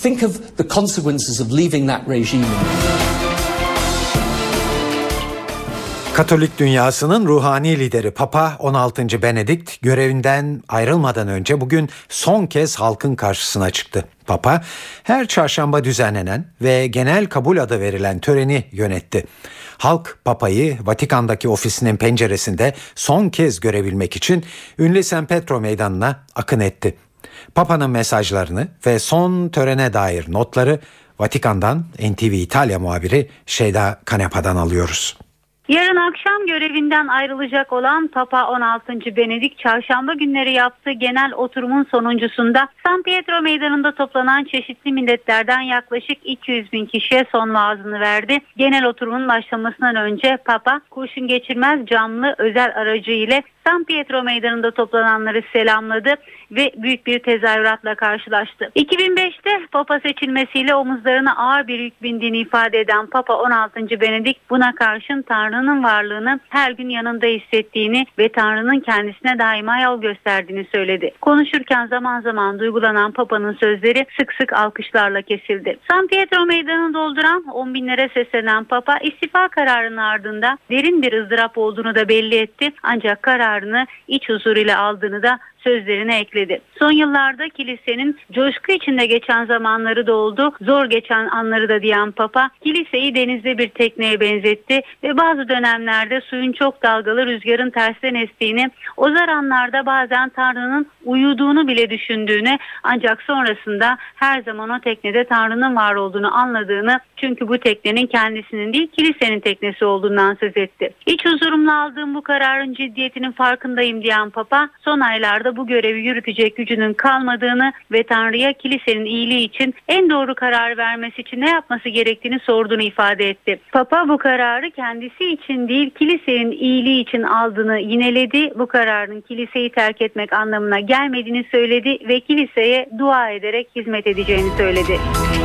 Katolik dünyasının ruhani lideri Papa 16. Benedikt görevinden ayrılmadan önce bugün son kez halkın karşısına çıktı. Papa her çarşamba düzenlenen ve genel kabul adı verilen töreni yönetti. Halk Papa'yı Vatikan'daki ofisinin penceresinde son kez görebilmek için ünlü San Pietro Meydanı'na akın etti. Papa'nın mesajlarını ve son törene dair notları Vatikan'dan NTV İtalya muhabiri Şeyda Kanepa'dan alıyoruz. Yarın akşam görevinden ayrılacak olan Papa 16. Benedikt çarşamba günleri yaptığı genel oturumun sonuncusunda San Pietro Meydanı'nda toplanan çeşitli milletlerden yaklaşık 200 bin kişiye son vaazını verdi. Genel oturumun başlamasından önce Papa kurşun geçirmez camlı özel aracı ile San Pietro Meydanı'nda toplananları selamladı ve büyük bir tezahüratla karşılaştı. 2005'te Papa seçilmesiyle omuzlarına ağır bir yük bindiğini ifade eden Papa 16. Benedikt buna karşın Tanrı'nın varlığını her gün yanında hissettiğini ve Tanrı'nın kendisine daima yol gösterdiğini söyledi. Konuşurken zaman zaman duygulanan Papa'nın sözleri sık sık alkışlarla kesildi. San Pietro Meydanı'nı dolduran 10 binlere seslenen Papa istifa kararının ardında derin bir ızdırap olduğunu da belli etti. Ancak kararını iç huzuruyla aldığını da sözlerine ekledi. Son yıllarda kilisenin coşku içinde geçen zamanları da oldu, zor geçen anları da diyen Papa, kiliseyi denizde bir tekneye benzetti ve bazı dönemlerde suyun çok dalgalı, rüzgarın tersten estiğini, o zor anlarda bazen Tanrı'nın uyuduğunu bile düşündüğünü, ancak sonrasında her zaman o teknede Tanrı'nın var olduğunu anladığını, çünkü bu teknenin kendisinin değil kilisenin teknesi olduğundan söz etti. İç huzurumla aldığım bu kararın ciddiyetinin farkındayım diyen Papa, son aylarda bu görevi yürütecek gücünün kalmadığını ve Tanrı'ya kilisenin iyiliği için en doğru karar vermesi için ne yapması gerektiğini sorduğunu ifade etti. Papa bu kararı kendisi için değil kilisenin iyiliği için aldığını yineledi. Bu kararın kiliseyi terk etmek anlamına gelmediğini söyledi ve kiliseye dua ederek hizmet edeceğini söyledi.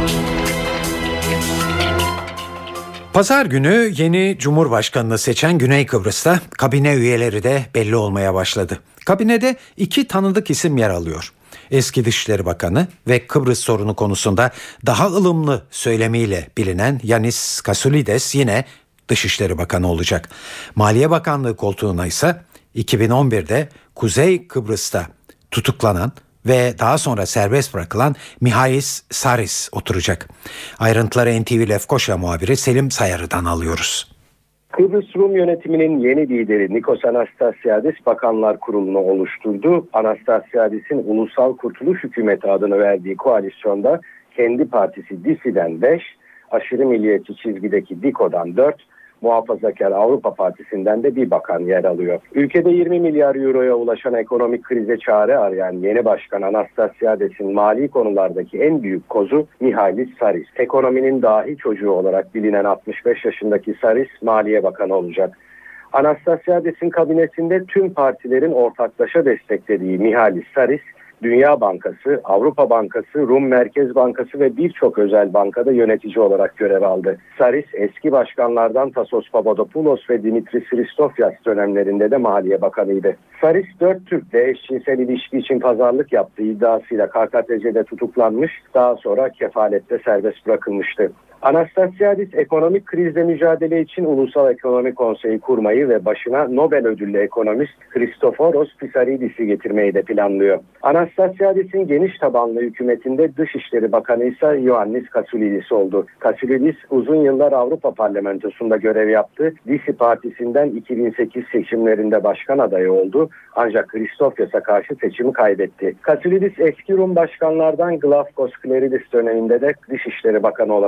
Pazar günü yeni Cumhurbaşkanını seçen Güney Kıbrıs'ta kabine üyeleri de belli olmaya başladı. Kabinede 2 tanıdık isim yer alıyor. Eski Dışişleri Bakanı ve Kıbrıs sorunu konusunda daha ılımlı söylemiyle bilinen Yanis Kasoulides yine Dışişleri Bakanı olacak. Maliye Bakanlığı koltuğuna ise 2011'de Kuzey Kıbrıs'ta tutuklanan ve daha sonra serbest bırakılan Mihailis Saris oturacak. Ayrıntıları NTV Lefkoşa muhabiri Selim Sayarı'dan alıyoruz. Kıbrıs Rum yönetiminin yeni lideri Nikos Anastasiadis Bakanlar Kurulu'nu oluşturdu. Anastasiadis'in Ulusal Kurtuluş Hükümeti adını verdiği koalisyonda kendi partisi DİSİ'den 5, aşırı milliyetçi çizgideki DİKO'dan 4, Muhafazakar Avrupa Partisi'nden de bir bakan yer alıyor. Ülkede 20 milyar euroya ulaşan ekonomik krize çare arayan yeni başkan Anastasiadis'in mali konulardaki en büyük kozu Mihailis Saris. Ekonominin dahi çocuğu olarak bilinen 65 yaşındaki Saris Maliye Bakanı olacak. Anastasiadis'in kabinesinde tüm partilerin ortaklaşa desteklediği Mihailis Saris, Dünya Bankası, Avrupa Bankası, Rum Merkez Bankası ve birçok özel bankada yönetici olarak görev aldı. Saris eski başkanlardan Tasos Papadopoulos ve Dimitris Christofias dönemlerinde de Maliye Bakanıydı. Saris 4 Türk'le eşcinsel ilişki için pazarlık yaptığı iddiasıyla KKTC'de tutuklanmış, daha sonra kefalette serbest bırakılmıştı. Anastasiadis ekonomik krizle mücadele için Ulusal Ekonomi Konseyi kurmayı ve başına Nobel ödüllü ekonomist Christoforos Psaridis'i getirmeyi de planlıyor. Anastasiadis'in geniş tabanlı hükümetinde Dışişleri Bakanı ise Ioannis Kasoulides oldu. Kasoulides uzun yıllar Avrupa Parlamentosu'nda görev yaptı. DİSİ Partisi'nden 2008 seçimlerinde başkan adayı oldu. Ancak Christofias'a karşı seçimi kaybetti. Kasoulides eski Rum başkanlardan Glafkos Kleridis döneminde de Dışişleri Bakanı olarak görev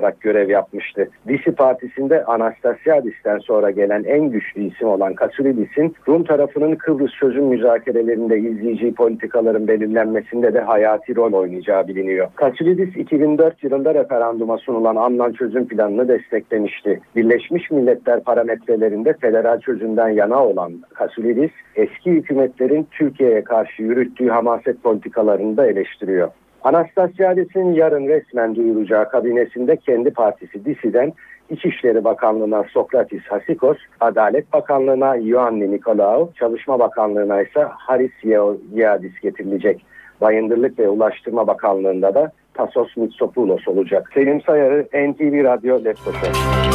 görev yapmıştı. Disi partisinde Anastasiadis'ten sonra gelen en güçlü isim olan Kasulidis'in Rum tarafının Kıbrıs çözüm müzakerelerinde izleyeceği politikaların belirlenmesinde de hayati rol oynayacağı biliniyor. Kasulidis 2004 yılında referanduma sunulan Annan çözüm planını desteklemişti. Birleşmiş Milletler parametrelerinde federal çözümden yana olan Kasulidis, eski hükümetlerin Türkiye'ye karşı yürüttüğü hamaset politikalarını da eleştiriyor. Anastasiadis'in yarın resmen duyuracağı kabinesinde kendi partisi DİSİ'den İçişleri Bakanlığı'na Sokratis Hasikos, Adalet Bakanlığı'na Ioanni Nikolaou, Çalışma Bakanlığı'na ise Haris Yeadis getirilecek. Bayındırlık ve Ulaştırma Bakanlığı'nda da Tasos Mitsopoulos olacak. Selim Sayarı, NTV Radyo, Lefkoşa.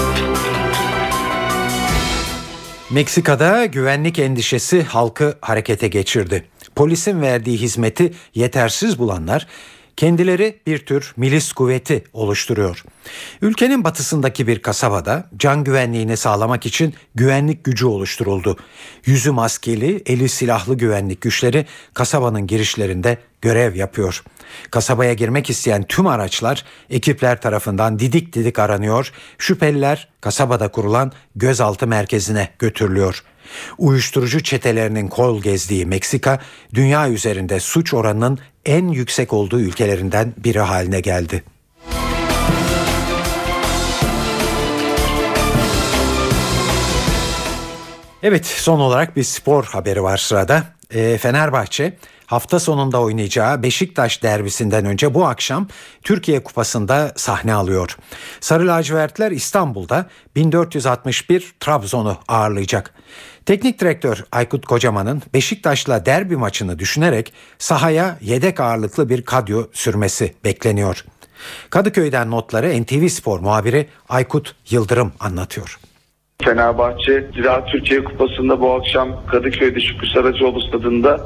Meksika'da güvenlik endişesi halkı harekete geçirdi. Polisin verdiği hizmeti yetersiz bulanlar kendileri bir tür milis kuvveti oluşturuyor. Ülkenin batısındaki bir kasabada can güvenliğini sağlamak için güvenlik gücü oluşturuldu. Yüzü maskeli, eli silahlı güvenlik güçleri kasabanın girişlerinde görev yapıyor. Kasabaya girmek isteyen tüm araçlar ekipler tarafından didik didik aranıyor. Şüpheliler kasabada kurulan gözaltı merkezine götürülüyor. Uyuşturucu çetelerinin kol gezdiği Meksika, dünya üzerinde suç oranının en yüksek olduğu ülkelerinden biri haline geldi. Evet, son olarak bir spor haberi var sırada. Fenerbahçe hafta sonunda oynayacağı Beşiktaş derbisinden önce bu akşam Türkiye Kupası'nda sahne alıyor. Sarı lacivertler İstanbul'da 1461 Trabzon'u ağırlayacak. Teknik direktör Aykut Kocaman'ın Beşiktaş'la derbi maçını düşünerek sahaya yedek ağırlıklı bir kadro sürmesi bekleniyor. Kadıköy'den notları NTV Spor muhabiri Aykut Yıldırım anlatıyor. Fenerbahçe Ziraat Türkiye Kupası'nda bu akşam Kadıköy'de Şükrü Saracoğlu stadında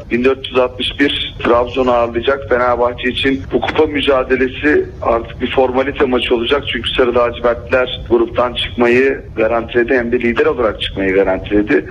1461 Trabzon'u ağırlayacak. Fenerbahçe için bu kupa mücadelesi artık bir formalite maçı olacak. Çünkü Sarı Lacivertler gruptan çıkmayı garantiledi, hem de lider olarak çıkmayı garantiledi.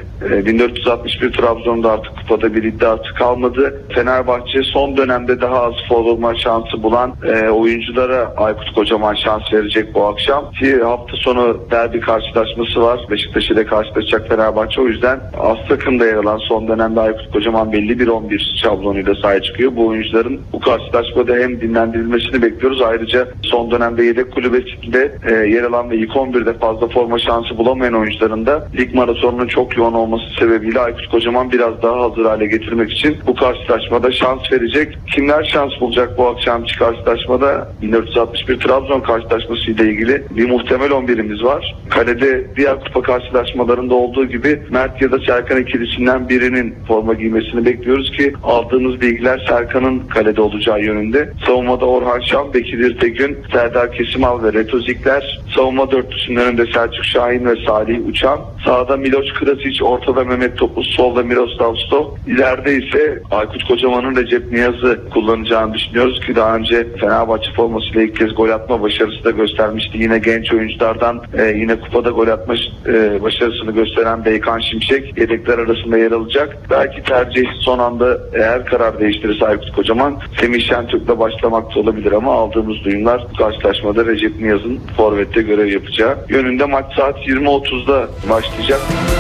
1461 Trabzon'da artık kupada bir iddiası kalmadı. Fenerbahçe son dönemde daha az forma şansı bulan oyunculara Aykut Kocaman şans verecek bu akşam. Hafta sonu derbi karşılaşması var. Beşiktaş ile karşılaşacak Fenerbahçe. O yüzden az takımda yer alan son dönemde Aykut Kocaman belli bir 11 şablonuyla sahaya çıkıyor. Bu oyuncuların bu karşılaşmada hem dinlendirilmesini bekliyoruz. Ayrıca son dönemde yedek kulübesinde yer alan ve ilk 11'de fazla forma şansı bulamayan oyuncuların da lig maratonunun çok yoğun olması sebebiyle Aykut Kocaman biraz daha hazır hale getirmek için bu karşılaşmada şans verecek. Kimler şans bulacak bu akşamki karşılaşmada? 1461 Trabzon karşılaşması ile ilgili bir muhtemel 11'imiz var. Kalede diğer kupa karşılaşmalarında olduğu gibi Mert ya da Serkan ikilisinden birinin forma giymesini bekliyoruz ki aldığımız bilgiler Serkan'ın kalede olacağı yönünde. Savunmada Orhan Şam, Bekir İrtegün, Serdar Kesimal ve Reto Zikler. Savunma dörtlüsünün önünde Selçuk Şahin ve Salih Uçan. Sağda Miloš Krasić, ortada Mehmet Topuz, solda Miroslav Stov. İleride ise Aykut Kocaman'ın Recep Niyaz'ı kullanacağını düşünüyoruz ki daha önce Fenerbahçe formasıyla ilk kez gol atma başarısı da göstermişti. Yine genç oyunculardan yine kupada gol atma başarısını gösteren Beykan Şimşek yedekler arasında yer alacak. Belki tercih son anda eğer karar değiştirirse Aykut Kocaman Semih Şentürk'le başlamakta olabilir ama aldığımız duyumlar bu karşılaşmada Recep Niyaz'ın forvette görev yapacağı yönünde. Maç saat 20.30'da başlayacak.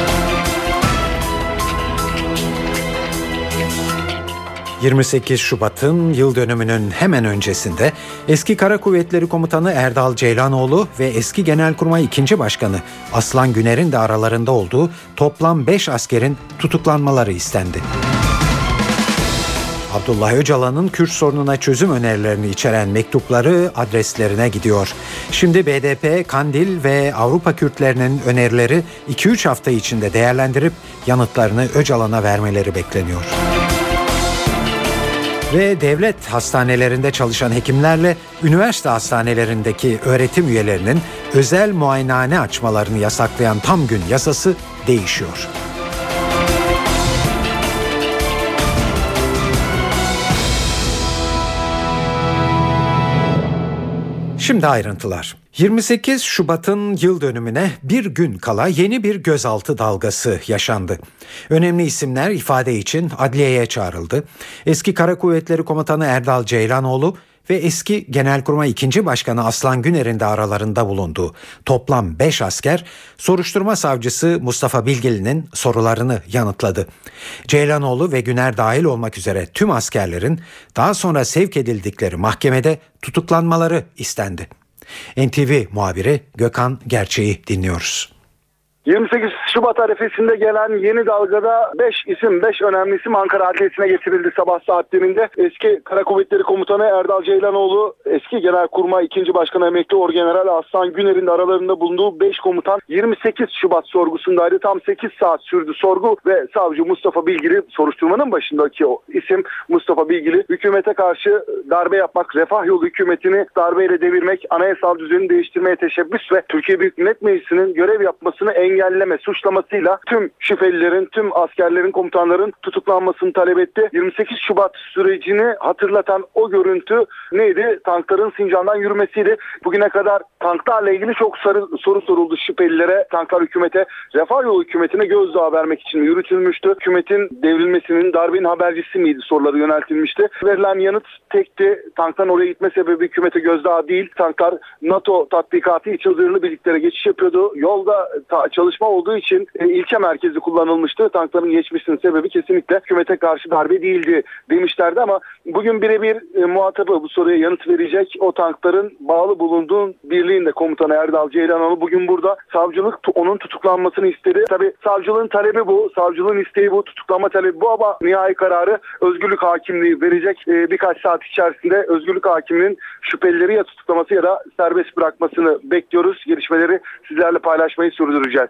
...28 Şubat'ın yıl dönümünün hemen öncesinde... ...eski Kara Kuvvetleri Komutanı Erdal Ceylanoğlu... ...ve eski Genelkurmay 2. Başkanı Aslan Güner'in de aralarında olduğu... ...toplam 5 askerin tutuklanmaları istendi. Abdullah Öcalan'ın Kürt sorununa çözüm önerilerini içeren mektupları adreslerine gidiyor. Şimdi BDP, Kandil ve Avrupa Kürtlerinin önerileri 2-3 hafta içinde değerlendirip... ...yanıtlarını Öcalan'a vermeleri bekleniyor. Ve devlet hastanelerinde çalışan hekimlerle üniversite hastanelerindeki öğretim üyelerinin özel muayenehane açmalarını yasaklayan tam gün yasası değişiyor. Şimdi ayrıntılar. 28 Şubat'ın yıl dönümüne bir gün kala yeni bir gözaltı dalgası yaşandı. Önemli isimler ifade için adliyeye çağrıldı. Eski Kara Kuvvetleri Komutanı Erdal Ceylanoğlu ve eski Genelkurmay 2. Başkanı Aslan Güner'in de aralarında bulunduğu toplam 5 asker soruşturma savcısı Mustafa Bilgili'nin sorularını yanıtladı. Ceylanoğlu ve Güner dahil olmak üzere tüm askerlerin daha sonra sevk edildikleri mahkemede tutuklanmaları istendi. NTV muhabiri Gökhan Gerçeği dinliyoruz. 28 Şubat arifesinde gelen yeni dalgada 5 önemli isim Ankara Adliyesi'ne getirildi sabah saatlerinde. Eski Kara Kuvvetleri Komutanı Erdal Ceylanoğlu, eski Genelkurmay 2. Başkanı Emekli Orgeneral Aslan Güner'in de aralarında bulunduğu 5 komutan 28 Şubat sorgusundaydı. Tam 8 saat sürdü sorgu ve savcı Mustafa Bilgili, soruşturmanın başındaki o isim Mustafa Bilgili, hükümete karşı darbe yapmak, Refah Yolu hükümetini darbeyle devirmek, anayasal düzeni değiştirmeye teşebbüs ve Türkiye Büyük Millet Meclisi'nin görev yapmasını engelleme suçlamasıyla tüm şüphelilerin, tüm askerlerin, komutanların tutuklanmasını talep etti. 28 Şubat sürecini hatırlatan o görüntü neydi? Tankların Sincan'dan yürümesiydi. Bugüne kadar tanklarla ilgili çok soru soruldu şüphelilere. Tanklar hükümete, Refah Yolu hükümetine gözdağı vermek için yürütülmüştü. Hükümetin devrilmesinin, darbenin habercisi miydi soruları yöneltilmişti. Verilen yanıt tekti. Tanktan oraya gitme sebebi hükümete gözdağı değil. Tanklar NATO tatbikatı için zırhlı birliklere geçiş yapıyordu. Yolda çalışma olduğu için ilçe merkezi kullanılmıştı. Tankların geçmesinin sebebi kesinlikle hükümete karşı darbe değildi demişlerdi ama bugün birebir muhatabı bu soruya yanıt verecek o tankların bağlı bulunduğu birliğin de komutanı Erdal Ceylanoğlu bugün burada. Savcılık onun tutuklanmasını istedi. Tabii savcılığın talebi bu. Savcılığın isteği bu. Tutuklama talebi bu ama nihai kararı Özgürlük Hakimliği verecek. Birkaç saat içerisinde Özgürlük Hakimliği'nin şüphelileri ya tutuklaması ya da serbest bırakmasını bekliyoruz. Gelişmeleri sizlerle paylaşmayı sürdüreceğiz.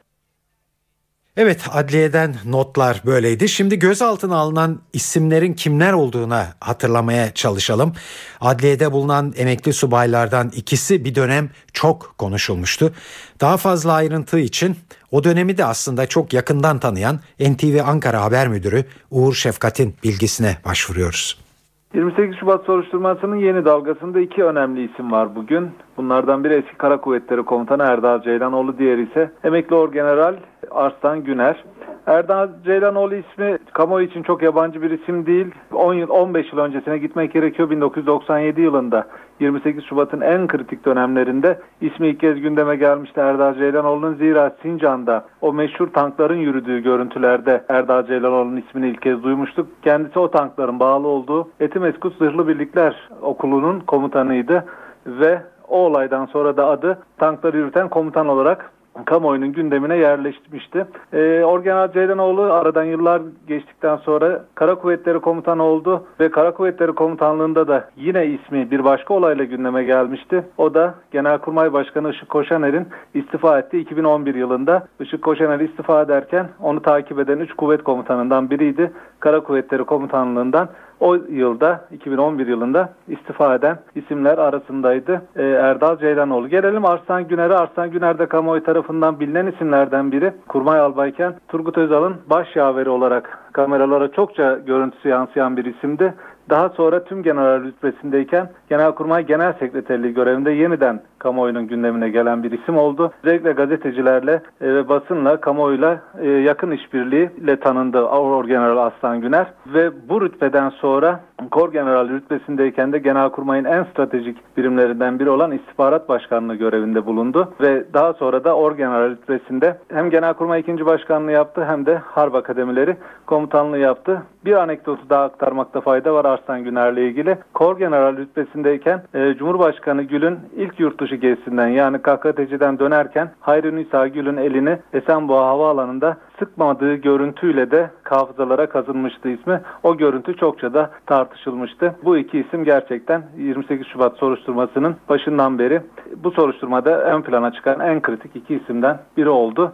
Evet, adliyeden notlar böyleydi. Şimdi gözaltına alınan isimlerin kimler olduğuna hatırlamaya çalışalım. Adliyede bulunan emekli subaylardan ikisi bir dönem çok konuşulmuştu. Daha fazla ayrıntı için o dönemi de aslında çok yakından tanıyan NTV Ankara Haber Müdürü Uğur Şefkat'in bilgisine başvuruyoruz. 28 Şubat soruşturmasının yeni dalgasında 2 önemli isim var bugün. Bunlardan biri eski Kara Kuvvetleri Komutanı Erdal Ceylanoğlu, diğeri ise Emekli Orgeneral Arslan Güner. Erdal Ceylanoğlu ismi kamuoyu için çok yabancı bir isim değil. 15 yıl öncesine gitmek gerekiyor. 1997 yılında 28 Şubat'ın en kritik dönemlerinde ismi ilk kez gündeme gelmişti Erdal Ceylanoğlu'nun. Zira Sincan'da o meşhur tankların yürüdüğü görüntülerde Erdal Ceylanoğlu'nun ismini ilk kez duymuştuk. Kendisi o tankların bağlı olduğu Etimeskut Zırhlı Birlikler Okulu'nun komutanıydı ve o olaydan sonra da adı tankları yürüten komutan olarak kamuoyunun gündemine yerleşmişti. Orgeneral Ceylanoğlu aradan yıllar geçtikten sonra Kara Kuvvetleri Komutanı oldu ve Kara Kuvvetleri Komutanlığında da yine ismi bir başka olayla gündeme gelmişti. O da Genelkurmay Başkanı Işık Koşaner'in istifa ettiği 2011 yılında. Işık Koşaner istifa ederken onu takip eden 3 kuvvet komutanından biriydi. Kara Kuvvetleri Komutanlığından o yılda 2011 yılında istifa eden isimler arasındaydı Erdal Ceylanoğlu. Gelelim Arslan Güner'e. Arslan Güner de kamuoyu tarafından bilinen isimlerden biri. Kurmay albayken Turgut Özal'ın baş yaveri olarak kameralara çokça görüntüsü yansıyan bir isimdi. Daha sonra tüm general rütbesindeyken Genelkurmay Genel Sekreterliği görevinde yeniden kamuoyunun gündemine gelen bir isim oldu. Özellikle gazetecilerle ve basınla, kamuoyuyla yakın işbirliğiyle tanındı Orgeneral Arslan Güner. Ve bu rütbeden sonra Korgeneral rütbesindeyken de Genelkurmay'ın en stratejik birimlerinden biri olan İstihbarat Başkanlığı görevinde bulundu. Ve daha sonra da Orgeneral rütbesinde hem Genelkurmay 2. Başkanlığı yaptı hem de Harp Akademileri komutanlığı yaptı. Bir anekdotu daha aktarmakta fayda var Arslan Güner'le ilgili. Korgeneral rütbesindeyken Cumhurbaşkanı Gül'ün ilk yurt dışı gezisinden yani KKTC'den dönerken Hayri Nisa Gül'ün elini Esenboğa Havaalanı'nda sıkmadığı görüntüyle de hafızalara kazınmıştı ismi. O görüntü çokça da tartışılmıştı. Bu iki isim gerçekten 28 Şubat soruşturmasının başından beri bu soruşturmada ön plana çıkan en kritik iki isimden biri oldu.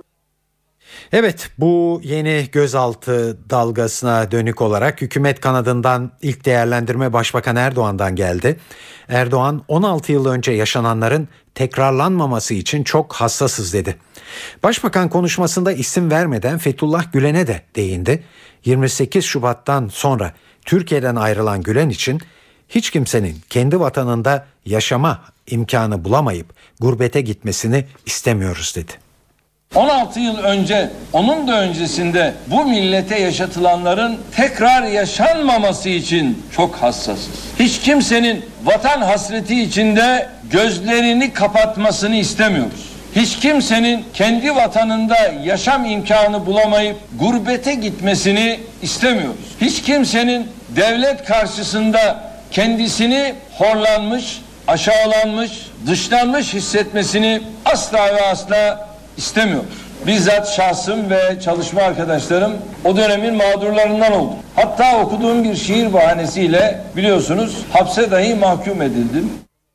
Evet, bu yeni gözaltı dalgasına dönük olarak hükümet kanadından ilk değerlendirme Başbakan Erdoğan'dan geldi. Erdoğan 16 yıl önce yaşananların tekrarlanmaması için çok hassasız dedi. Başbakan konuşmasında isim vermeden Fethullah Gülen'e de değindi. 28 Şubat'tan sonra Türkiye'den ayrılan Gülen için hiç kimsenin kendi vatanında yaşama imkanı bulamayıp gurbete gitmesini istemiyoruz dedi. 16 yıl önce, onun da öncesinde bu millete yaşatılanların tekrar yaşanmaması için çok hassasız. Hiç kimsenin vatan hasreti içinde gözlerini kapatmasını istemiyoruz. Hiç kimsenin kendi vatanında yaşam imkanı bulamayıp gurbete gitmesini istemiyoruz. Hiç kimsenin devlet karşısında kendisini horlanmış, aşağılanmış, dışlanmış hissetmesini asla ve asla istemiyoruz. Bizzat şahsım ve çalışma arkadaşlarım o dönemin mağdurlarından oldu. Hatta okuduğum bir şiir bahanesiyle biliyorsunuz hapse dahi mahkum edildim.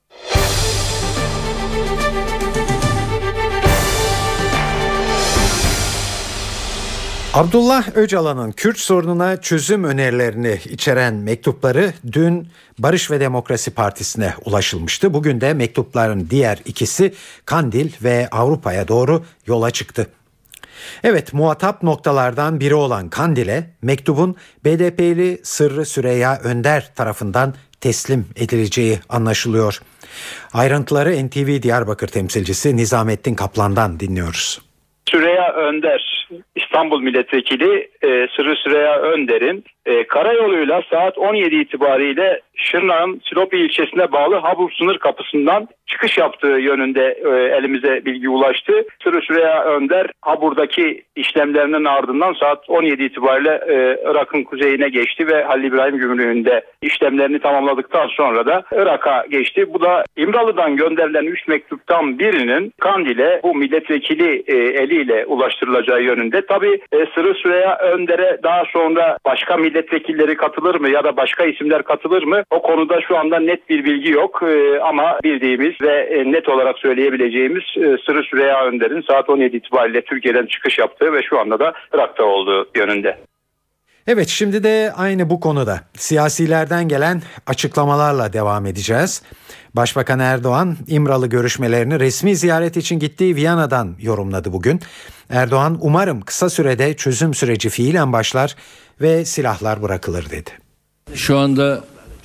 Abdullah Öcalan'ın Kürt sorununa çözüm önerilerini içeren mektupları dün Barış ve Demokrasi Partisi'ne ulaşılmıştı. Bugün de mektupların diğer ikisi Kandil ve Avrupa'ya doğru yola çıktı. Evet, muhatap noktalardan biri olan Kandil'e mektubun BDP'li Sırrı Süreyya Önder tarafından teslim edileceği anlaşılıyor. Ayrıntıları NTV Diyarbakır temsilcisi Nizamettin Kaplan'dan dinliyoruz. Süreyya Önder, İstanbul Milletvekili Sırrı Süreyya Önder'in karayoluyla saat 17 itibariyle Şırnak'ın Silopi ilçesine bağlı Habur sınır kapısından çıkış yaptığı yönünde elimize bilgi ulaştı. Sırrı Süreyya Önder Habur'daki işlemlerinin ardından saat 17 itibariyle Irak'ın kuzeyine geçti ve Halil İbrahim Gümrüğü'nde işlemlerini tamamladıktan sonra da Irak'a geçti. Bu da İmralı'dan gönderilen 3 mektuptan birinin Kandil'e bu milletvekili eliyle ulaştırılacağı yönünde. Tabii Sırrı Süreyya Önder'e daha sonra başka milletvekilleri katılır mı ya da başka isimler katılır mı? O konuda şu anda net bir bilgi yok ama bildiğimiz ve net olarak söyleyebileceğimiz Sırrı Süreyya Önder'in saat 17 itibariyle Türkiye'den çıkış yaptığı ve şu anda da Irak'ta olduğu yönünde. Evet, şimdi de aynı bu konuda siyasilerden gelen açıklamalarla devam edeceğiz. Başbakan Erdoğan İmralı görüşmelerini resmi ziyaret için gittiği Viyana'dan yorumladı bugün. Erdoğan umarım kısa sürede çözüm süreci fiilen başlar ve silahlar bırakılır dedi. Şu anda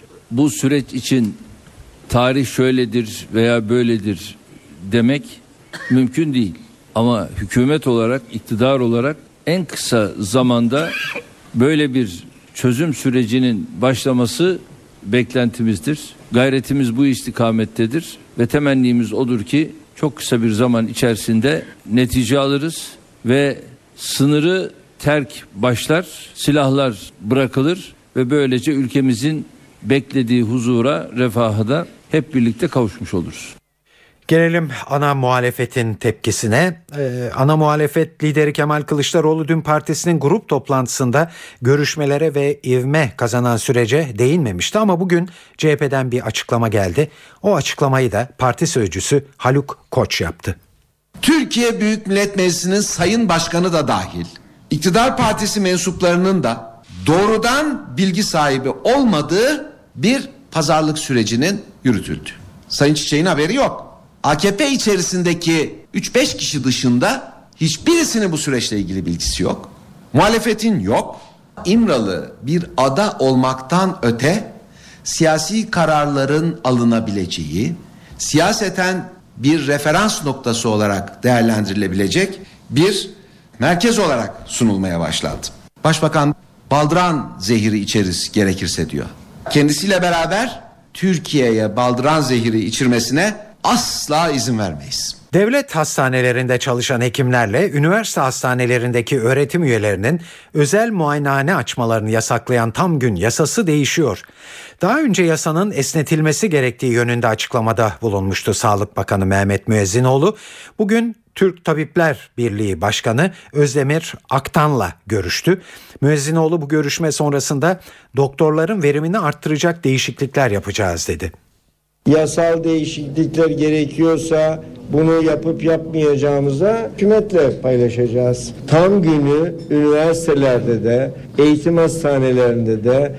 bu süreç için tarih şöyledir veya böyledir demek mümkün değil. Ama hükümet olarak, iktidar olarak en kısa zamanda böyle bir çözüm sürecinin başlaması beklentimizdir. Gayretimiz bu istikamettedir ve temennimiz odur ki çok kısa bir zaman içerisinde netice alırız ve sınırı terk başlar, silahlar bırakılır ve böylece ülkemizin beklediği huzura, refaha da hep birlikte kavuşmuş oluruz. Gelelim ana muhalefetin tepkisine. Ana muhalefet lideri Kemal Kılıçdaroğlu dün partisinin grup toplantısında görüşmelere ve ivme kazanan sürece değinmemişti ama bugün CHP'den bir açıklama geldi. O açıklamayı da parti sözcüsü Haluk Koç yaptı. Türkiye Büyük Millet Meclisi'nin Sayın Başkanı da dahil, iktidar partisi mensuplarının da doğrudan bilgi sahibi olmadığı bir pazarlık sürecinin yürütüldü. Sayın Çiçek'in haberi yok. AKP içerisindeki 3-5 kişi dışında hiçbirisinin bu süreçle ilgili bilgisi yok. Muhalefetin yok. İmralı bir ada olmaktan öte siyasi kararların alınabileceği, siyaseten bir referans noktası olarak değerlendirilebilecek bir merkez olarak sunulmaya başlandı. Başbakan baldıran zehiri içeriz gerekirse diyor. Kendisiyle beraber Türkiye'ye baldıran zehiri içirmesine asla izin vermeyiz. Devlet hastanelerinde çalışan hekimlerle üniversite hastanelerindeki öğretim üyelerinin özel muayenehane açmalarını yasaklayan tam gün yasası değişiyor. Daha önce yasanın esnetilmesi gerektiği yönünde açıklamada bulunmuştu Sağlık Bakanı Mehmet Müezzinoğlu. Bugün Türk Tabipler Birliği Başkanı Özdemir Aktan'la görüştü. Müezzinoğlu bu görüşme sonrasında doktorların verimini arttıracak değişiklikler yapacağız dedi. Yasal değişiklikler gerekiyorsa bunu yapıp yapmayacağımıza hükümetle paylaşacağız. Tam günü üniversitelerde de, eğitim hastanelerinde de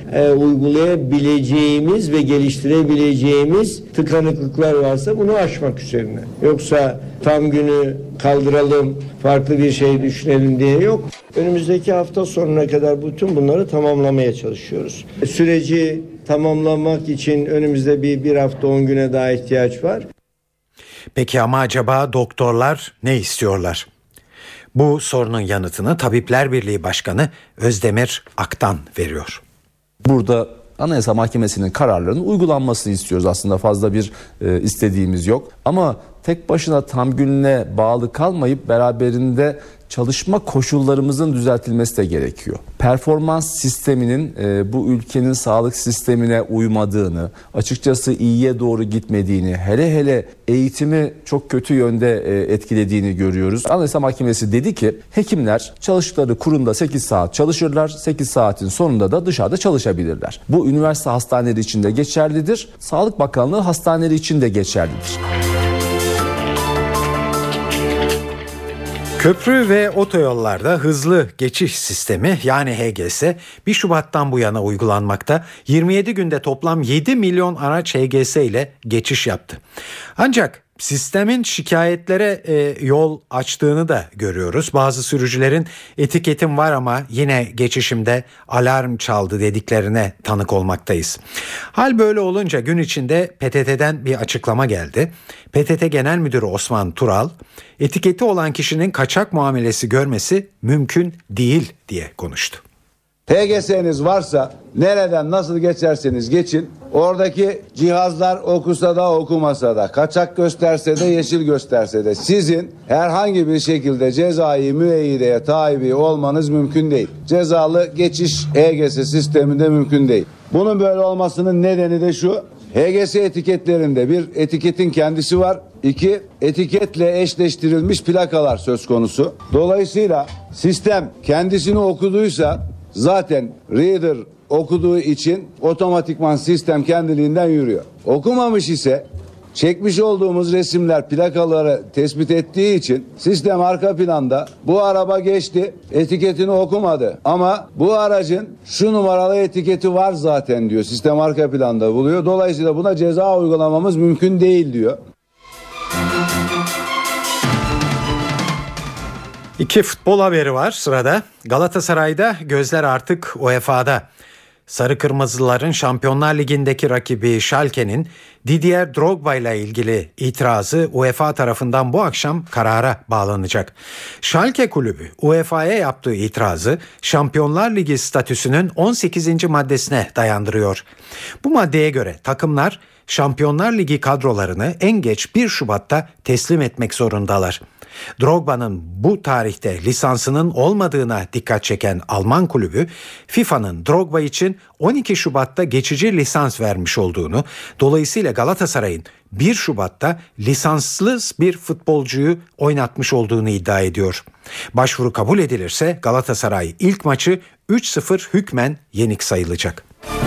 uygulayabileceğimiz ve geliştirebileceğimiz tıkanıklıklar varsa bunu aşmak üzerine. Yoksa tam günü kaldıralım, farklı bir şey düşünelim diye yok. Önümüzdeki hafta sonuna kadar bütün bunları tamamlamaya çalışıyoruz. Süreci tamamlamak için önümüzde bir hafta 10 güne daha ihtiyaç var. Peki ama acaba doktorlar ne istiyorlar? Bu sorunun yanıtını Tabipler Birliği Başkanı Özdemir Aktan veriyor. Burada Anayasa Mahkemesi'nin kararlarının uygulanmasını istiyoruz. Aslında fazla bir istediğimiz yok. Ama tek başına tam gününe bağlı kalmayıp beraberinde çalışma koşullarımızın düzeltilmesi de gerekiyor. Performans sisteminin bu ülkenin sağlık sistemine uymadığını, açıkçası iyiye doğru gitmediğini, hele eğitimi çok kötü yönde etkilediğini görüyoruz. Anayasa Mahkemesi dedi ki hekimler çalıştıkları kurumda 8 saat çalışırlar, 8 saatin sonunda da dışarıda çalışabilirler. Bu üniversite hastaneleri için de geçerlidir, Sağlık Bakanlığı hastaneleri için de geçerlidir. Köprü ve otoyollarda hızlı geçiş sistemi yani HGS 1 Şubat'tan bu yana uygulanmakta. 27 günde toplam 7 milyon araç HGS ile geçiş yaptı. Ancak sistemin şikayetlere yol açtığını da görüyoruz. Bazı sürücülerin etiketim var ama yine geçişimde alarm çaldı dediklerine tanık olmaktayız. Hal böyle olunca gün içinde PTT'den bir açıklama geldi. PTT Genel Müdürü Osman Tural, etiketi olan kişinin kaçak muamelesi görmesi mümkün değil diye konuştu. HGS'niz varsa nereden nasıl geçerseniz geçin, oradaki cihazlar okusa da okumasa da, kaçak gösterse de yeşil gösterse de sizin herhangi bir şekilde cezai müeyyideye tabi olmanız mümkün değil. Cezalı geçiş HGS sisteminde mümkün değil. Bunun böyle olmasının nedeni de şu: HGS etiketlerinde bir, etiketin kendisi var. 2, etiketle eşleştirilmiş plakalar söz konusu. Dolayısıyla sistem kendisini okuduysa zaten reader okuduğu için otomatikman sistem kendiliğinden yürüyor. Okumamış ise çekmiş olduğumuz resimler plakaları tespit ettiği için sistem arka planda bu araba geçti, etiketini okumadı ama bu aracın şu numaralı etiketi var zaten diyor. Sistem arka planda buluyor. Dolayısıyla buna ceza uygulamamız mümkün değil diyor. İki futbol haberi var sırada. Galatasaray'da gözler artık UEFA'da. Sarı Kırmızıların Şampiyonlar Ligi'ndeki rakibi Schalke'nin Didier Drogba ile ilgili itirazı UEFA tarafından bu akşam karara bağlanacak. Schalke kulübü UEFA'ya yaptığı itirazı Şampiyonlar Ligi statüsünün 18. maddesine dayandırıyor. Bu maddeye göre takımlar Şampiyonlar Ligi kadrolarını en geç 1 Şubat'ta teslim etmek zorundalar. Drogba'nın bu tarihte lisansının olmadığına dikkat çeken Alman kulübü, FIFA'nın Drogba için 12 Şubat'ta geçici lisans vermiş olduğunu, dolayısıyla Galatasaray'ın 1 Şubat'ta lisanssız bir futbolcuyu oynatmış olduğunu iddia ediyor. Başvuru kabul edilirse Galatasaray ilk maçı 3-0 hükmen yenik sayılacak.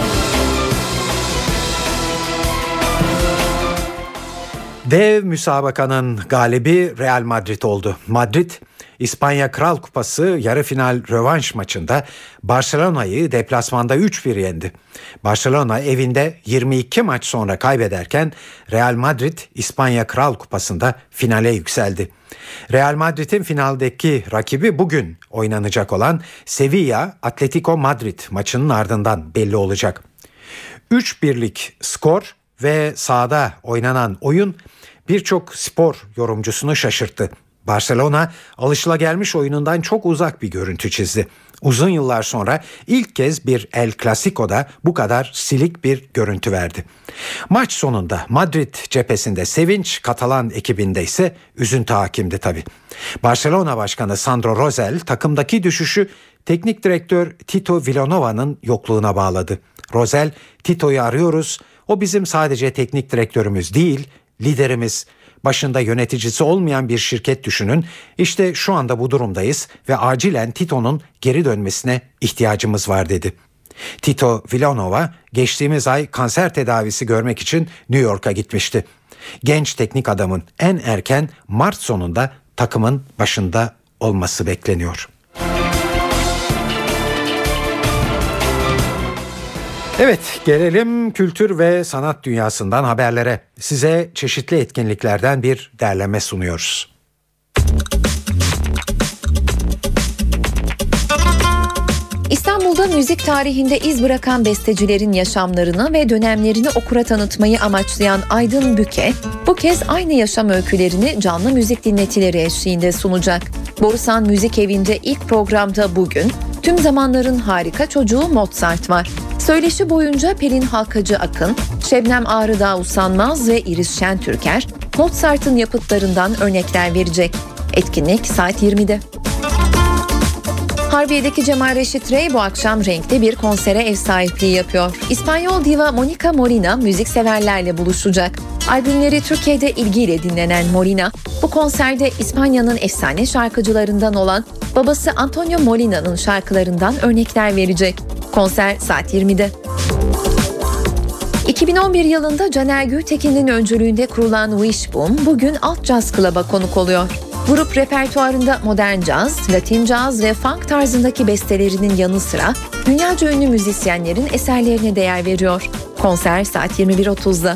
Dev müsabakanın galibi Real Madrid oldu. Madrid, İspanya Kral Kupası yarı final rövanş maçında Barcelona'yı deplasmanda 3-1 yendi. Barcelona evinde 22 maç sonra kaybederken Real Madrid İspanya Kral Kupası'nda finale yükseldi. Real Madrid'in finaldeki rakibi bugün oynanacak olan Sevilla Atletico Madrid maçının ardından belli olacak. 3-1'lik skor ve sahada oynanan oyun birçok spor yorumcusunu şaşırttı. Barcelona alışılagelmiş oyunundan çok uzak bir görüntü çizdi. Uzun yıllar sonra ilk kez bir El Clasico'da bu kadar silik bir görüntü verdi. Maç sonunda Madrid cephesinde sevinç, Katalan ekibinde ise üzüntü hakimdi tabii. Barcelona Başkanı Sandro Rosell takımdaki düşüşü teknik direktör Tito Villanova'nın yokluğuna bağladı. Rosell, "Tito'yu arıyoruz. O bizim sadece teknik direktörümüz değil, liderimiz. Başında yöneticisi olmayan bir şirket düşünün. İşte şu anda bu durumdayız ve acilen Tito'nun geri dönmesine ihtiyacımız var" dedi. Tito Villanova geçtiğimiz ay kanser tedavisi görmek için New York'a gitmişti. Genç teknik adamın en erken Mart sonunda takımın başında olması bekleniyor. Evet, gelelim kültür ve sanat dünyasından haberlere. Size çeşitli etkinliklerden bir derleme sunuyoruz. İstanbul'da müzik tarihinde iz bırakan bestecilerin yaşamlarını ve dönemlerini okura tanıtmayı amaçlayan Aydın Büke, bu kez aynı yaşam öykülerini canlı müzik dinletileri eşliğinde sunacak. Borusan Müzik Evi'nde ilk programda bugün tüm zamanların harika çocuğu Mozart var. Söyleşi boyunca Pelin Halkacı Akın, Şebnem Ağrıdağ Usanmaz ve İris Şentürker Mozart'ın yapıtlarından örnekler verecek. Etkinlik saat 20'de. Harbiye'deki Cemal Reşit Rey bu akşam renkli bir konsere ev sahipliği yapıyor. İspanyol diva Monica Molina müzikseverlerle buluşacak. Albümleri Türkiye'de ilgiyle dinlenen Molina, bu konserde İspanya'nın efsane şarkıcılarından olan babası Antonio Molina'nın şarkılarından örnekler verecek. Konser saat 20'de. 2011 yılında Caner Gültekin'in öncülüğünde kurulan Wishbone bugün Alt Caz Club'a konuk oluyor. Grup repertuarında modern caz, latin caz ve funk tarzındaki bestelerinin yanı sıra dünyaca ünlü müzisyenlerin eserlerine değer veriyor. Konser saat 21.30'da.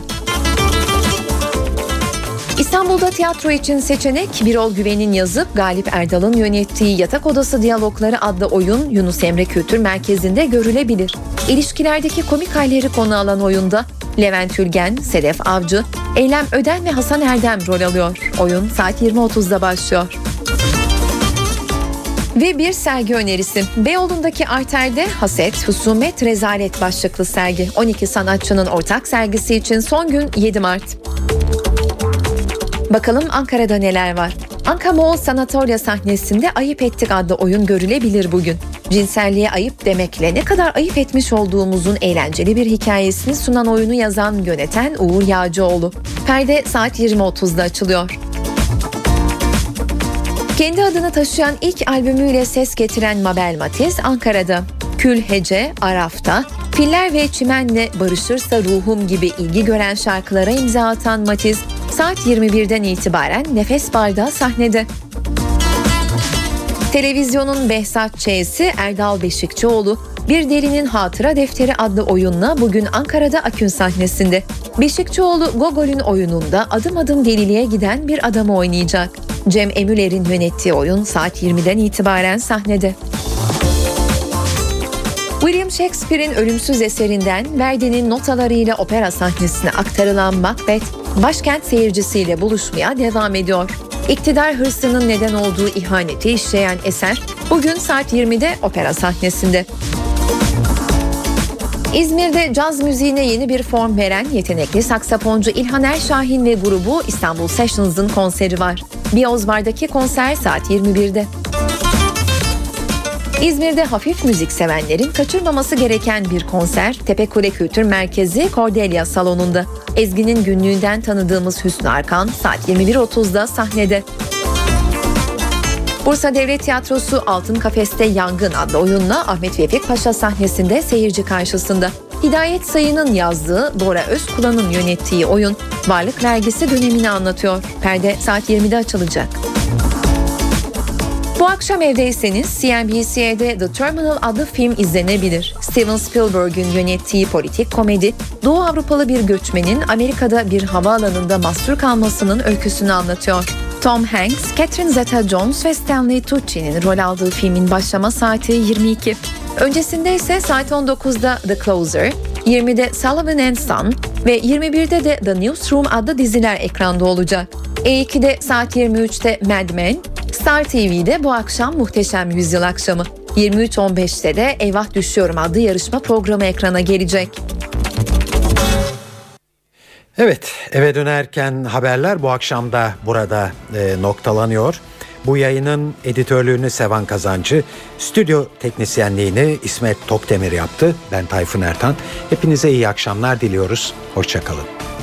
İstanbul'da tiyatro için seçenek Birol Güven'in yazıp Galip Erdal'ın yönettiği Yatak Odası Diyalogları adlı oyun Yunus Emre Kültür Merkezi'nde görülebilir. İlişkilerdeki komik halleri konu alan oyunda Levent Ülgen, Sedef Avcı, Eylem Öden ve Hasan Erdem rol alıyor. Oyun saat 20.30'da başlıyor. Ve bir sergi önerisi. Beyoğlu'ndaki Arter'de Haset, Husumet, Rezalet başlıklı sergi. 12 sanatçının ortak sergisi için son gün 7 Mart. Bakalım Ankara'da neler var? Anka Mall Sanatorya sahnesinde Ayıp Ettik adlı oyun görülebilir bugün. Cinselliğe ayıp demekle ne kadar ayıp etmiş olduğumuzun eğlenceli bir hikayesini sunan oyunu yazan, yöneten Uğur Yağcıoğlu. Perde saat 20.30'da açılıyor. Kendi adını taşıyan ilk albümüyle ses getiren Mabel Matiz Ankara'da. Kül Hece, Araf'ta, Filler ve Çimen'le Barışırsa Ruhum gibi ilgi gören şarkılara imza atan Matiz, saat 21'den itibaren Nefes Bar'da sahnede. Televizyonun Behzat Ç'si Erdal Beşikçioğlu, Bir Delinin Hatıra Defteri adlı oyunla bugün Ankara'da Akün sahnesinde. Beşikçioğlu, Gogol'ün oyununda adım adım deliliğe giden bir adamı oynayacak. Cem Emüler'in yönettiği oyun saat 20'den itibaren sahnede. William Shakespeare'in ölümsüz eserinden Verdi'nin notalarıyla opera sahnesine aktarılan Macbeth, başkent seyircisiyle buluşmaya devam ediyor. İktidar hırsının neden olduğu ihaneti işleyen eser bugün saat 20'de opera sahnesinde. İzmir'de caz müziğine yeni bir form veren yetenekli saksafoncu İlhan Erşahin ve grubu İstanbul Sessions'ın konseri var. Biyozbar'daki konser saat 21'de. İzmir'de hafif müzik sevenlerin kaçırmaması gereken bir konser Tepekule Kültür Merkezi Cordelia Salonu'nda. Ezgi'nin günlüğünden tanıdığımız Hüsnü Arkan saat 21.30'da sahnede. Bursa Devlet Tiyatrosu Altın Kafeste Yangın adlı oyunla Ahmet Vefik Paşa sahnesinde seyirci karşısında. Hidayet Sayın'ın yazdığı, Bora Özkula'nın yönettiği oyun varlık vergisi dönemini anlatıyor. Perde saat 20'de açılacak. Bu akşam evdeyseniz CNBC'de The Terminal adlı film izlenebilir. Steven Spielberg'ün yönettiği politik komedi, Doğu Avrupalı bir göçmenin Amerika'da bir havaalanında mahsur kalmasının öyküsünü anlatıyor. Tom Hanks, Catherine Zeta-Jones ve Stanley Tucci'nin rol aldığı filmin başlama saati 22. Öncesinde ise saat 19'da The Closer, 20'de Sullivan and Son ve 21'de de The Newsroom adlı diziler ekranda olacak. E2'de saat 23'te Mad Men, Star TV'de bu akşam Muhteşem Yüzyıl akşamı. 23.15'te de Eyvah Düşüyorum adlı yarışma programı ekrana gelecek. Evet, eve dönerken haberler bu akşam da burada noktalanıyor. Bu yayının editörlüğünü Sevan Kazancı, stüdyo teknisyenliğini İsmet Tokdemir yaptı. Ben Tayfun Ertan. Hepinize iyi akşamlar diliyoruz. Hoşça kalın.